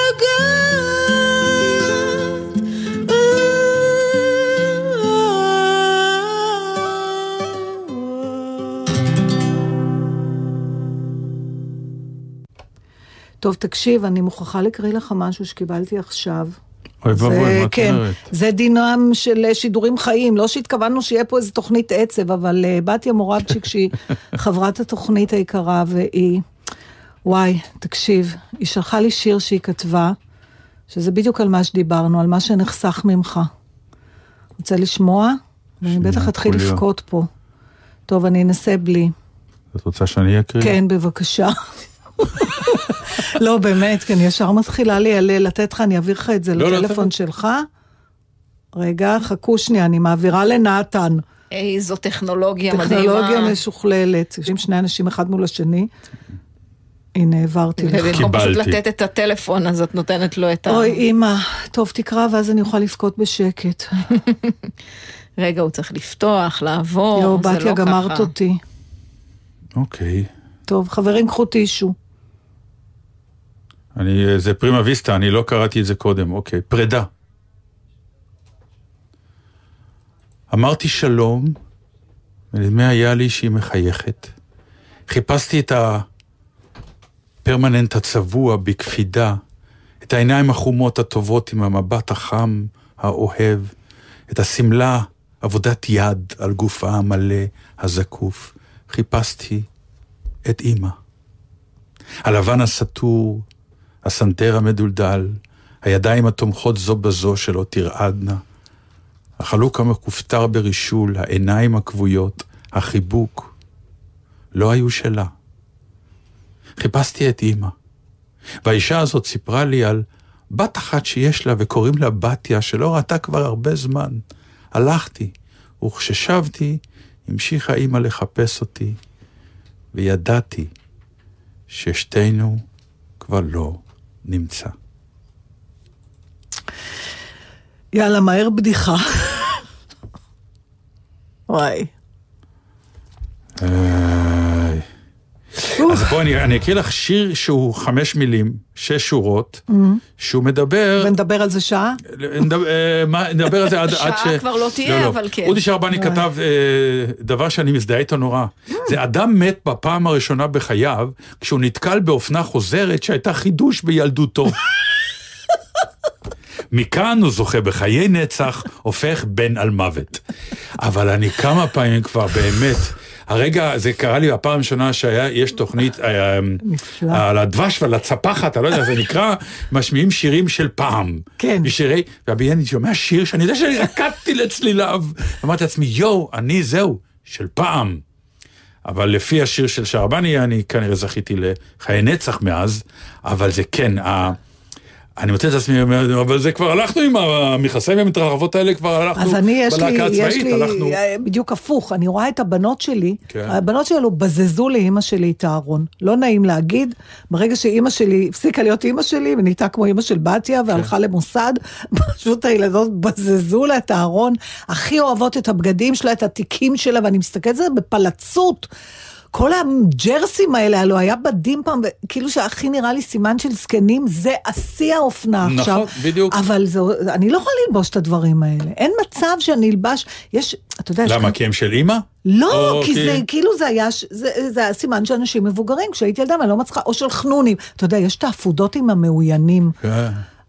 Speaker 4: טוב, תקשיב, אני מוכרחה לקריא לך משהו שקיבלתי עכשיו.
Speaker 3: אוי ואבוי, מה את אומרת?
Speaker 4: זה דינם של שידורים חיים, לא שהתכוונו שיהיה פה איזו תוכנית עצב, אבל בתיה מורבצ'יק שהיא חברת התוכנית היקרה, והיא, וואי, תקשיב, היא שלחה לי שיר שהיא כתבה, שזה בדיוק על מה שדיברנו, על מה שנחסך ממך. רוצה לשמוע? ואני בטח אתחיל לפקוט פה. טוב, אני אנסה בלי.
Speaker 3: את רוצה שאני אקריא?
Speaker 4: כן, בבקשה. לא, באמת, כי אני ישר מתחילה לי לתת לך, אני אעביר לך את זה לטלפון שלך. רגע, חכו שנייה, אני מעבירה לנתן.
Speaker 5: איזו טכנולוגיה מדהימה.
Speaker 4: טכנולוגיה משוכללת. יושבים שני אנשים אחד מול השני. הנה, העברתי לך.
Speaker 5: ובמקום פשוט לתת את הטלפון, אז את נותנת לו את ה...
Speaker 4: אוי, אמא, טוב, תקרא, ואז אני אוכל לפקוט בשקט.
Speaker 5: רגע, הוא צריך לפתוח, לעבור,
Speaker 4: יו,
Speaker 5: זה לא
Speaker 4: בתיה,
Speaker 5: ככה.
Speaker 4: גמרת אותי.
Speaker 3: אוקיי.
Speaker 4: טוב, חברים, קחו טישו.
Speaker 3: זה פרימה ויסטה, אני לא קראתי את זה קודם, אוקיי. פרידה. אמרתי שלום, ונדמה היה לי שהיא מחייכת. חיפשתי את הפרמננט הצבוע בקפידה, את העיניים החומות הטובות עם המבט החם, האוהב, את הסמלה, עבודת יד על גופה המלא, הזקוף. חיפשתי את אמא. הלבן הסתור, הסנטר המדולדל, הידיים התומכות זו בזו שלא תרעדנה, החלוק המכופתר ברישול, העיניים הכבויות, החיבוק, לא היו שלה. חיפשתי את אמא, והאישה הזאת סיפרה לי על בת אחת שיש לה וקוראים לה בתיה, שלא ראתה כבר הרבה זמן. הלכתי, וכששבתי, המשיכה אמא לחפש אותי, וידעתי ששתינו כבר לא נמצא.
Speaker 4: יאללה, מהר בדיחה. וואי.
Speaker 3: אז בואו אני אקריא לך שיר שהוא 5 מילים, 6 שורות, שהוא מדבר...
Speaker 4: ונדבר על זה שעה?
Speaker 3: נדבר על זה עד ש...
Speaker 5: שעה כבר לא תהיה, אבל כן.
Speaker 3: אודי שרבני כתב דבר שאני מזדהה איתו נורא. זה אדם מת בפעם הראשונה בחייו, כשהוא נתקל באופנה חוזרת שהייתה חידוש בילדותו. מכאן הוא זוכה בחיי נצח, הופך בן על מוות. אבל אני כמה פעמים כבר באמת... הרגע, זה קרה לי בפעם ראשונה שיש תוכנית על הדבש ועל הצפחת, אני לא יודע, זה נקרא, משמיעים שירים של פעם.
Speaker 4: כן.
Speaker 3: ושירי, והבייני שומע שיר שאני יודע שאני רקדתי לצליליו. אמרתי לעצמי, יו, אני זהו, של פעם. אבל לפי השיר של שרבני, אני כנראה זכיתי לחיי נצח מאז, אבל זה כן, אני מוצא את עצמי, אבל זה כבר הלכנו עם המכסיים המתרחבות האלה, כבר הלכנו בלהקה הצבאית.
Speaker 4: אז יש לי בדיוק הפוך, אני רואה את הבנות שלי, הבנות שלו בזזו לאמא שלי את הארון, לא נעים להגיד, ברגע שאמא שלי הפסיקה להיות אמא שלי, ונהייתה כמו אמא של בתיה, והלכה למוסד, פשוט הילדות בזזו לה את הארון, הכי אוהבות את הבגדים שלה, את התיקים שלה, ואני מסתכלת על זה בפלצות, כל הג'רסים האלה, הלוא היה בדים פעם, כאילו שהכי נראה לי סימן של זקנים, זה עשי האופנה עכשיו.
Speaker 3: נכון, בדיוק.
Speaker 4: אבל אני לא יכולה ללבוש את הדברים האלה. אין מצב שאני אלבש, יש, אתה יודע...
Speaker 3: למה? כי הם של אמא?
Speaker 4: לא, כי זה, כאילו זה היה סימן של אנשים מבוגרים, כשהייתי ילדה, אני לא מצליחה, או של חנונים. אתה יודע, יש את האפודות עם המאוינים.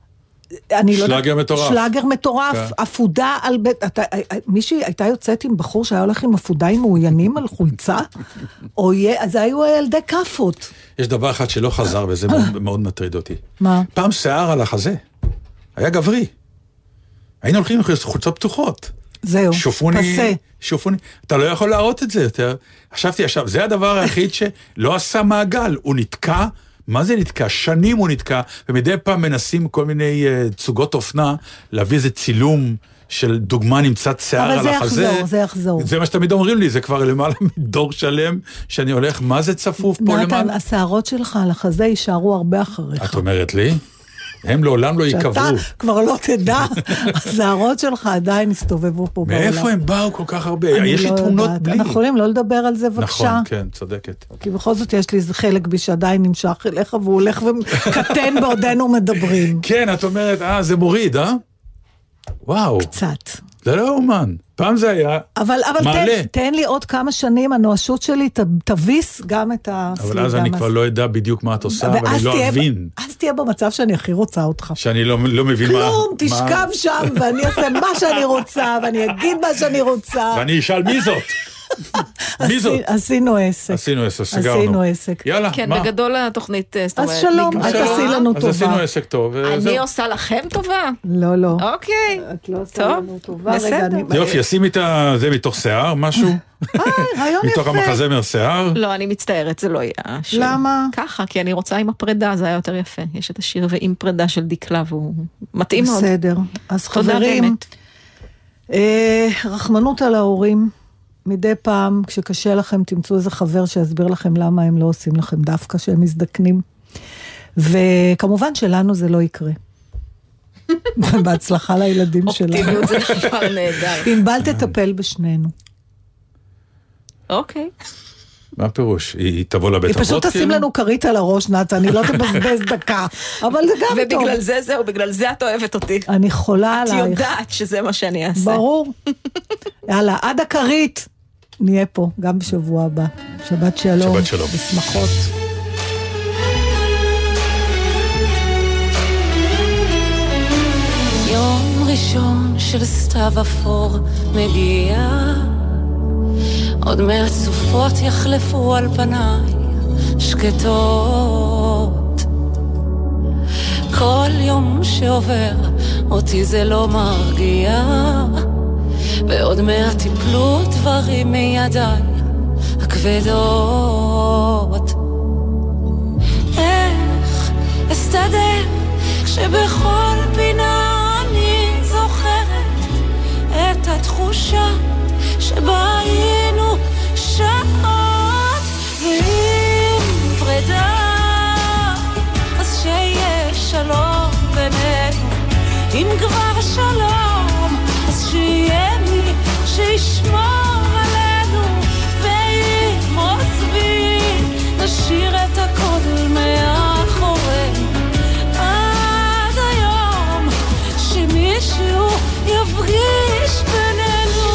Speaker 3: שלאגר מטורף.
Speaker 4: שלאגר מטורף, אפודה על בית, מישהי הייתה יוצאת עם בחור שהיה הולך עם אפודיים מעוינים על חולצה, אז היו ילדי כפות.
Speaker 3: יש דבר אחד שלא חזר, וזה מאוד מטריד אותי.
Speaker 4: מה?
Speaker 3: פעם שיער על החזה. היה גברי. היינו הולכים עם חולצות פתוחות.
Speaker 4: זהו, פסה.
Speaker 3: שופוני. אתה לא יכול להראות את זה יותר. חשבתי עכשיו, זה הדבר היחיד שלא עשה מעגל. הוא נתקע, מה זה נתקע? שנים הוא נתקע, ומדי פעם מנסים כל מיני צוגות אופנה, להביא איזה צילום של דוגמה נמצאת שיער על החזה.
Speaker 4: אבל זה יחזור.
Speaker 3: זה מה שתמיד אומרים לי, זה כבר למעלה מדור שלם, שאני הולך, מה זה צפוף פה למעלה?
Speaker 4: נתן, השערות שלך על החזה יישארו הרבה אחריך.
Speaker 3: את אומרת לי? הם לעולם לא יקברו.
Speaker 4: שאתה כבר לא תדע, השערות שלך עדיין הסתובבו פה בעולם.
Speaker 3: מאיפה הם באו כל כך הרבה? יש לי תמונות בלי.
Speaker 4: אנחנו יכולים לא לדבר על זה, בבקשה.
Speaker 3: נכון, כן, צודקת.
Speaker 4: כי בכל זאת יש לי איזה חלק בי שעדיין נמשך אליך, והוא הולך וקטן בעודנו מדברים.
Speaker 3: כן, את אומרת, זה מוריד, וואו.
Speaker 4: קצת.
Speaker 3: זה לא אומן. פעם זה היה
Speaker 4: אבל תן לי עוד כמה שנים, הנואשות שלי תביס גם את הסלידה.
Speaker 3: אבל אז אני כבר לא יודע בדיוק מה את עושה, ואני לא אבין.
Speaker 4: אז תהיה במצב שאני הכי רוצה אותך.
Speaker 3: שאני לא מבין מה...
Speaker 4: כלום, תשכב שם, ואני אעשה מה שאני רוצה, ואני אגיד מה שאני רוצה.
Speaker 3: ואני אשאל מי זאת? מי זאת?
Speaker 4: עשינו עסק.
Speaker 3: סגרנו. יאללה,
Speaker 5: כן, בגדול התוכנית,
Speaker 4: אז שלום, את עשי לנו טובה.
Speaker 3: אז עשינו עסק טוב.
Speaker 5: אני עושה לכם טובה?
Speaker 4: לא.
Speaker 5: אוקיי.
Speaker 4: את לא עושה לנו טובה.
Speaker 5: בסדר.
Speaker 3: יופי, עשים את זה מתוך שיער, משהו?
Speaker 4: רעיון יפה.
Speaker 3: מתוך המחזמר שיער?
Speaker 5: לא, אני מצטערת, זה לא יהיה.
Speaker 4: למה?
Speaker 5: ככה, כי אני רוצה עם הפרידה, זה היה יותר יפה. יש את השיר ועם פרידה של דקלה, והוא מתאים מאוד.
Speaker 4: בסדר. אז חברים, רחמנות על ההורים. מדי פעם, כשקשה לכם, תמצאו איזה חבר שיסביר לכם למה הם לא עושים לכם דווקא שהם מזדקנים. וכמובן שלנו זה לא יקרה. בהצלחה לילדים שלנו.
Speaker 5: אופטימיות זה דבר נהדר.
Speaker 4: ענבל תטפל בשנינו.
Speaker 5: אוקיי.
Speaker 3: מה הפירוש? היא תבוא לבית אבות?
Speaker 4: היא פשוט תשים לנו כרית על הראש, נתן, אני לא תבזבז דקה. אבל זה גם טוב.
Speaker 5: ובגלל זה זהו, בגלל זה את אוהבת אותי.
Speaker 4: אני חולה עלייך.
Speaker 5: את יודעת שזה מה שאני אעשה.
Speaker 4: ברור. יאללה, עד הכרית. נהיה פה, גם בשבוע הבא. שבת שלום.
Speaker 3: שבת שלום.
Speaker 4: בשמחות.
Speaker 7: יום ראשון של סתיו אפור מגיע, עוד מעט סופות יחלפו על פניי שקטות. כל יום שעובר אותי זה לא מרגיע, ועוד מעט יפלו דברים מידיי הכבדות. איך אסתדר כשבכל פינה אני זוכרת את התחושה שבה היינו שעות, ואם פרידה אז שיהיה שלום בינינו, אם כבר שלום אז שיהיה מי שישמור עלינו, ואם עוזבים נשאיר את הכל מאחורינו, עד היום שמישהו יפגיש בינינו.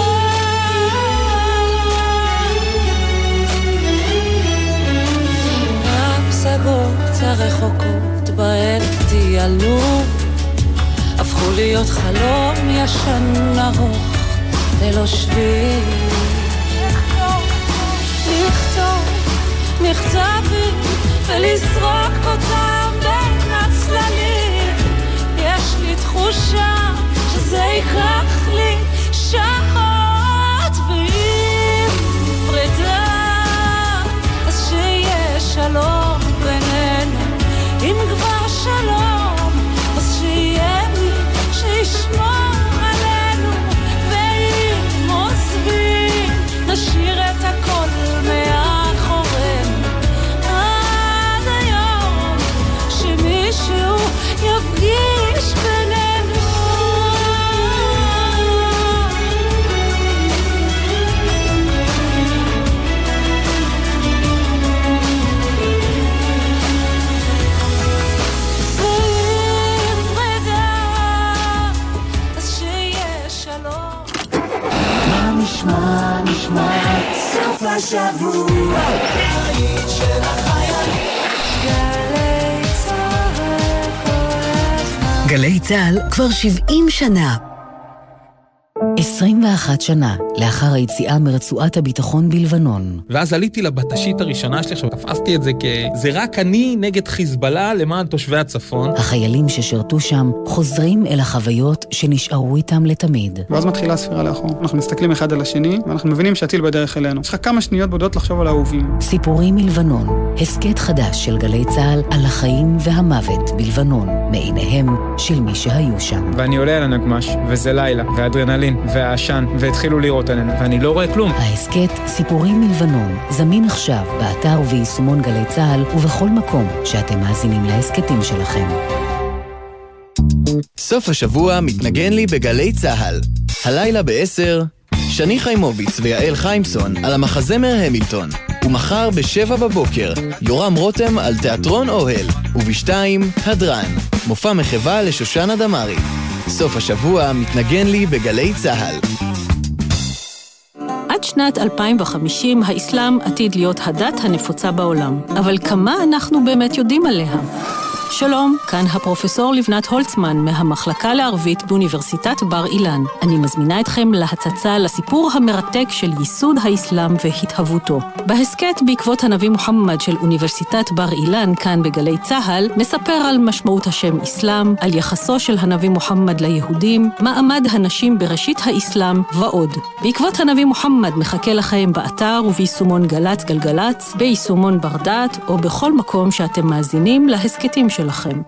Speaker 7: הפסגות הרחוקות בהן טיילו הפכו להיות חלום ישן ארוך ללא שביל. לכתוב מכתבים ולזרוק אותם בין הצללים, יש לי תחושה שזה ייקח לי שעות, ואם פרידה אז שיהיה שלום בינינו, אם כבר שלום אז שיהיה מי שישמור עלינו, ואם עוזבים נשאיר את הכל מאחורינו, עד היום שמישהו יפגיש בינינו.
Speaker 6: נשמע סוף השבוע היית של החיילים.
Speaker 1: גלי גלי צהל כבר 70 שנה. 21 שנה לאחר היציאה מרצועת הביטחון בלבנון.
Speaker 8: ואז עליתי לבטשית הראשונה שלי, עכשיו תפסתי את זה זה רק אני נגד חיזבאללה למען תושבי הצפון.
Speaker 1: החיילים ששרתו שם חוזרים אל החוויות שנשארו איתם לתמיד.
Speaker 9: ואז מתחילה הספירה לאחור. אנחנו מסתכלים אחד על השני, ואנחנו מבינים שהטיל בדרך אלינו. יש לך כמה שניות בודות לחשוב על האהובים.
Speaker 1: סיפורים מלבנון, הסקט חדש של גלי צהל על החיים והמוות בלבנון, מעיניהם של מי שהיו שם.
Speaker 10: ואני עולה על הנגמש, וזה לילה, והאדרנלין, והעשן, והתחילו לראות עלינו, ואני לא רואה כלום.
Speaker 1: ההסקט סיפורים מלבנון זמין עכשיו באתר וביישומון גלי צהל ובכל מקום שאתם מאזינים להסקטים שלכם.
Speaker 11: סוף השבוע מתנגן לי בגלי צהל. הלילה ב-10, שני חיימוביץ ויעל חיימסון על המחזמר המילטון. ומחר ב-7 בבוקר, יורם רותם על תיאטרון אוהל. וב-2, הדרן, מופע מחווה לשושנה דמרי. סוף השבוע מתנגן לי בגלי צהל.
Speaker 12: עד שנת 2050 האסלאם עתיד להיות הדת הנפוצה בעולם. אבל כמה אנחנו באמת יודעים עליה? שלום, כאן הפרופסור לבנת הולצמן מהמחלקה לערבית באוניברסיטת בר אילן. אני מזמינה אתכם להצצה לסיפור המרתק של ייסוד האסלאם והתהוותו. בהסקט בעקבות הנביא מוחמד של אוניברסיטת בר אילן כאן בגלי צהל, נספר על משמעות השם אסלאם, על יחסו של הנביא מוחמד ליהודים, מעמד הנשים בראשית האסלאם ועוד. בעקבות הנביא מוחמד מחכה לכם באתר וביישומון גלץ גלגלץ, ביישומון ברדעת או בכל מקום שאתם מאזינים להסקטים שלכם.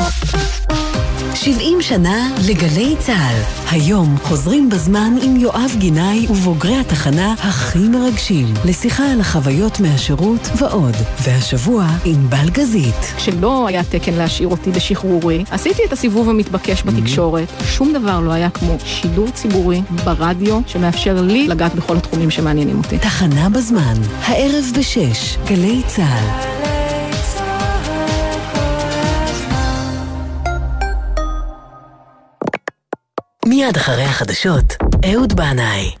Speaker 1: 70 שנה לגלי צהל. היום חוזרים בזמן עם יואב גינאי ובוגרי התחנה הכי מרגשים. לשיחה על החוויות מהשירות ועוד. והשבוע עם בלגזית.
Speaker 5: כשלא היה תקן להשאיר אותי בשחרורי, עשיתי את הסיבוב המתבקש בתקשורת. שום דבר לא היה כמו שידור ציבורי ברדיו שמאפשר לי לגעת בכל התחומים שמעניינים אותי.
Speaker 1: תחנה בזמן, הערב ב6, גלי צהל. מיד אחרי החדשות, אהוד בנאי.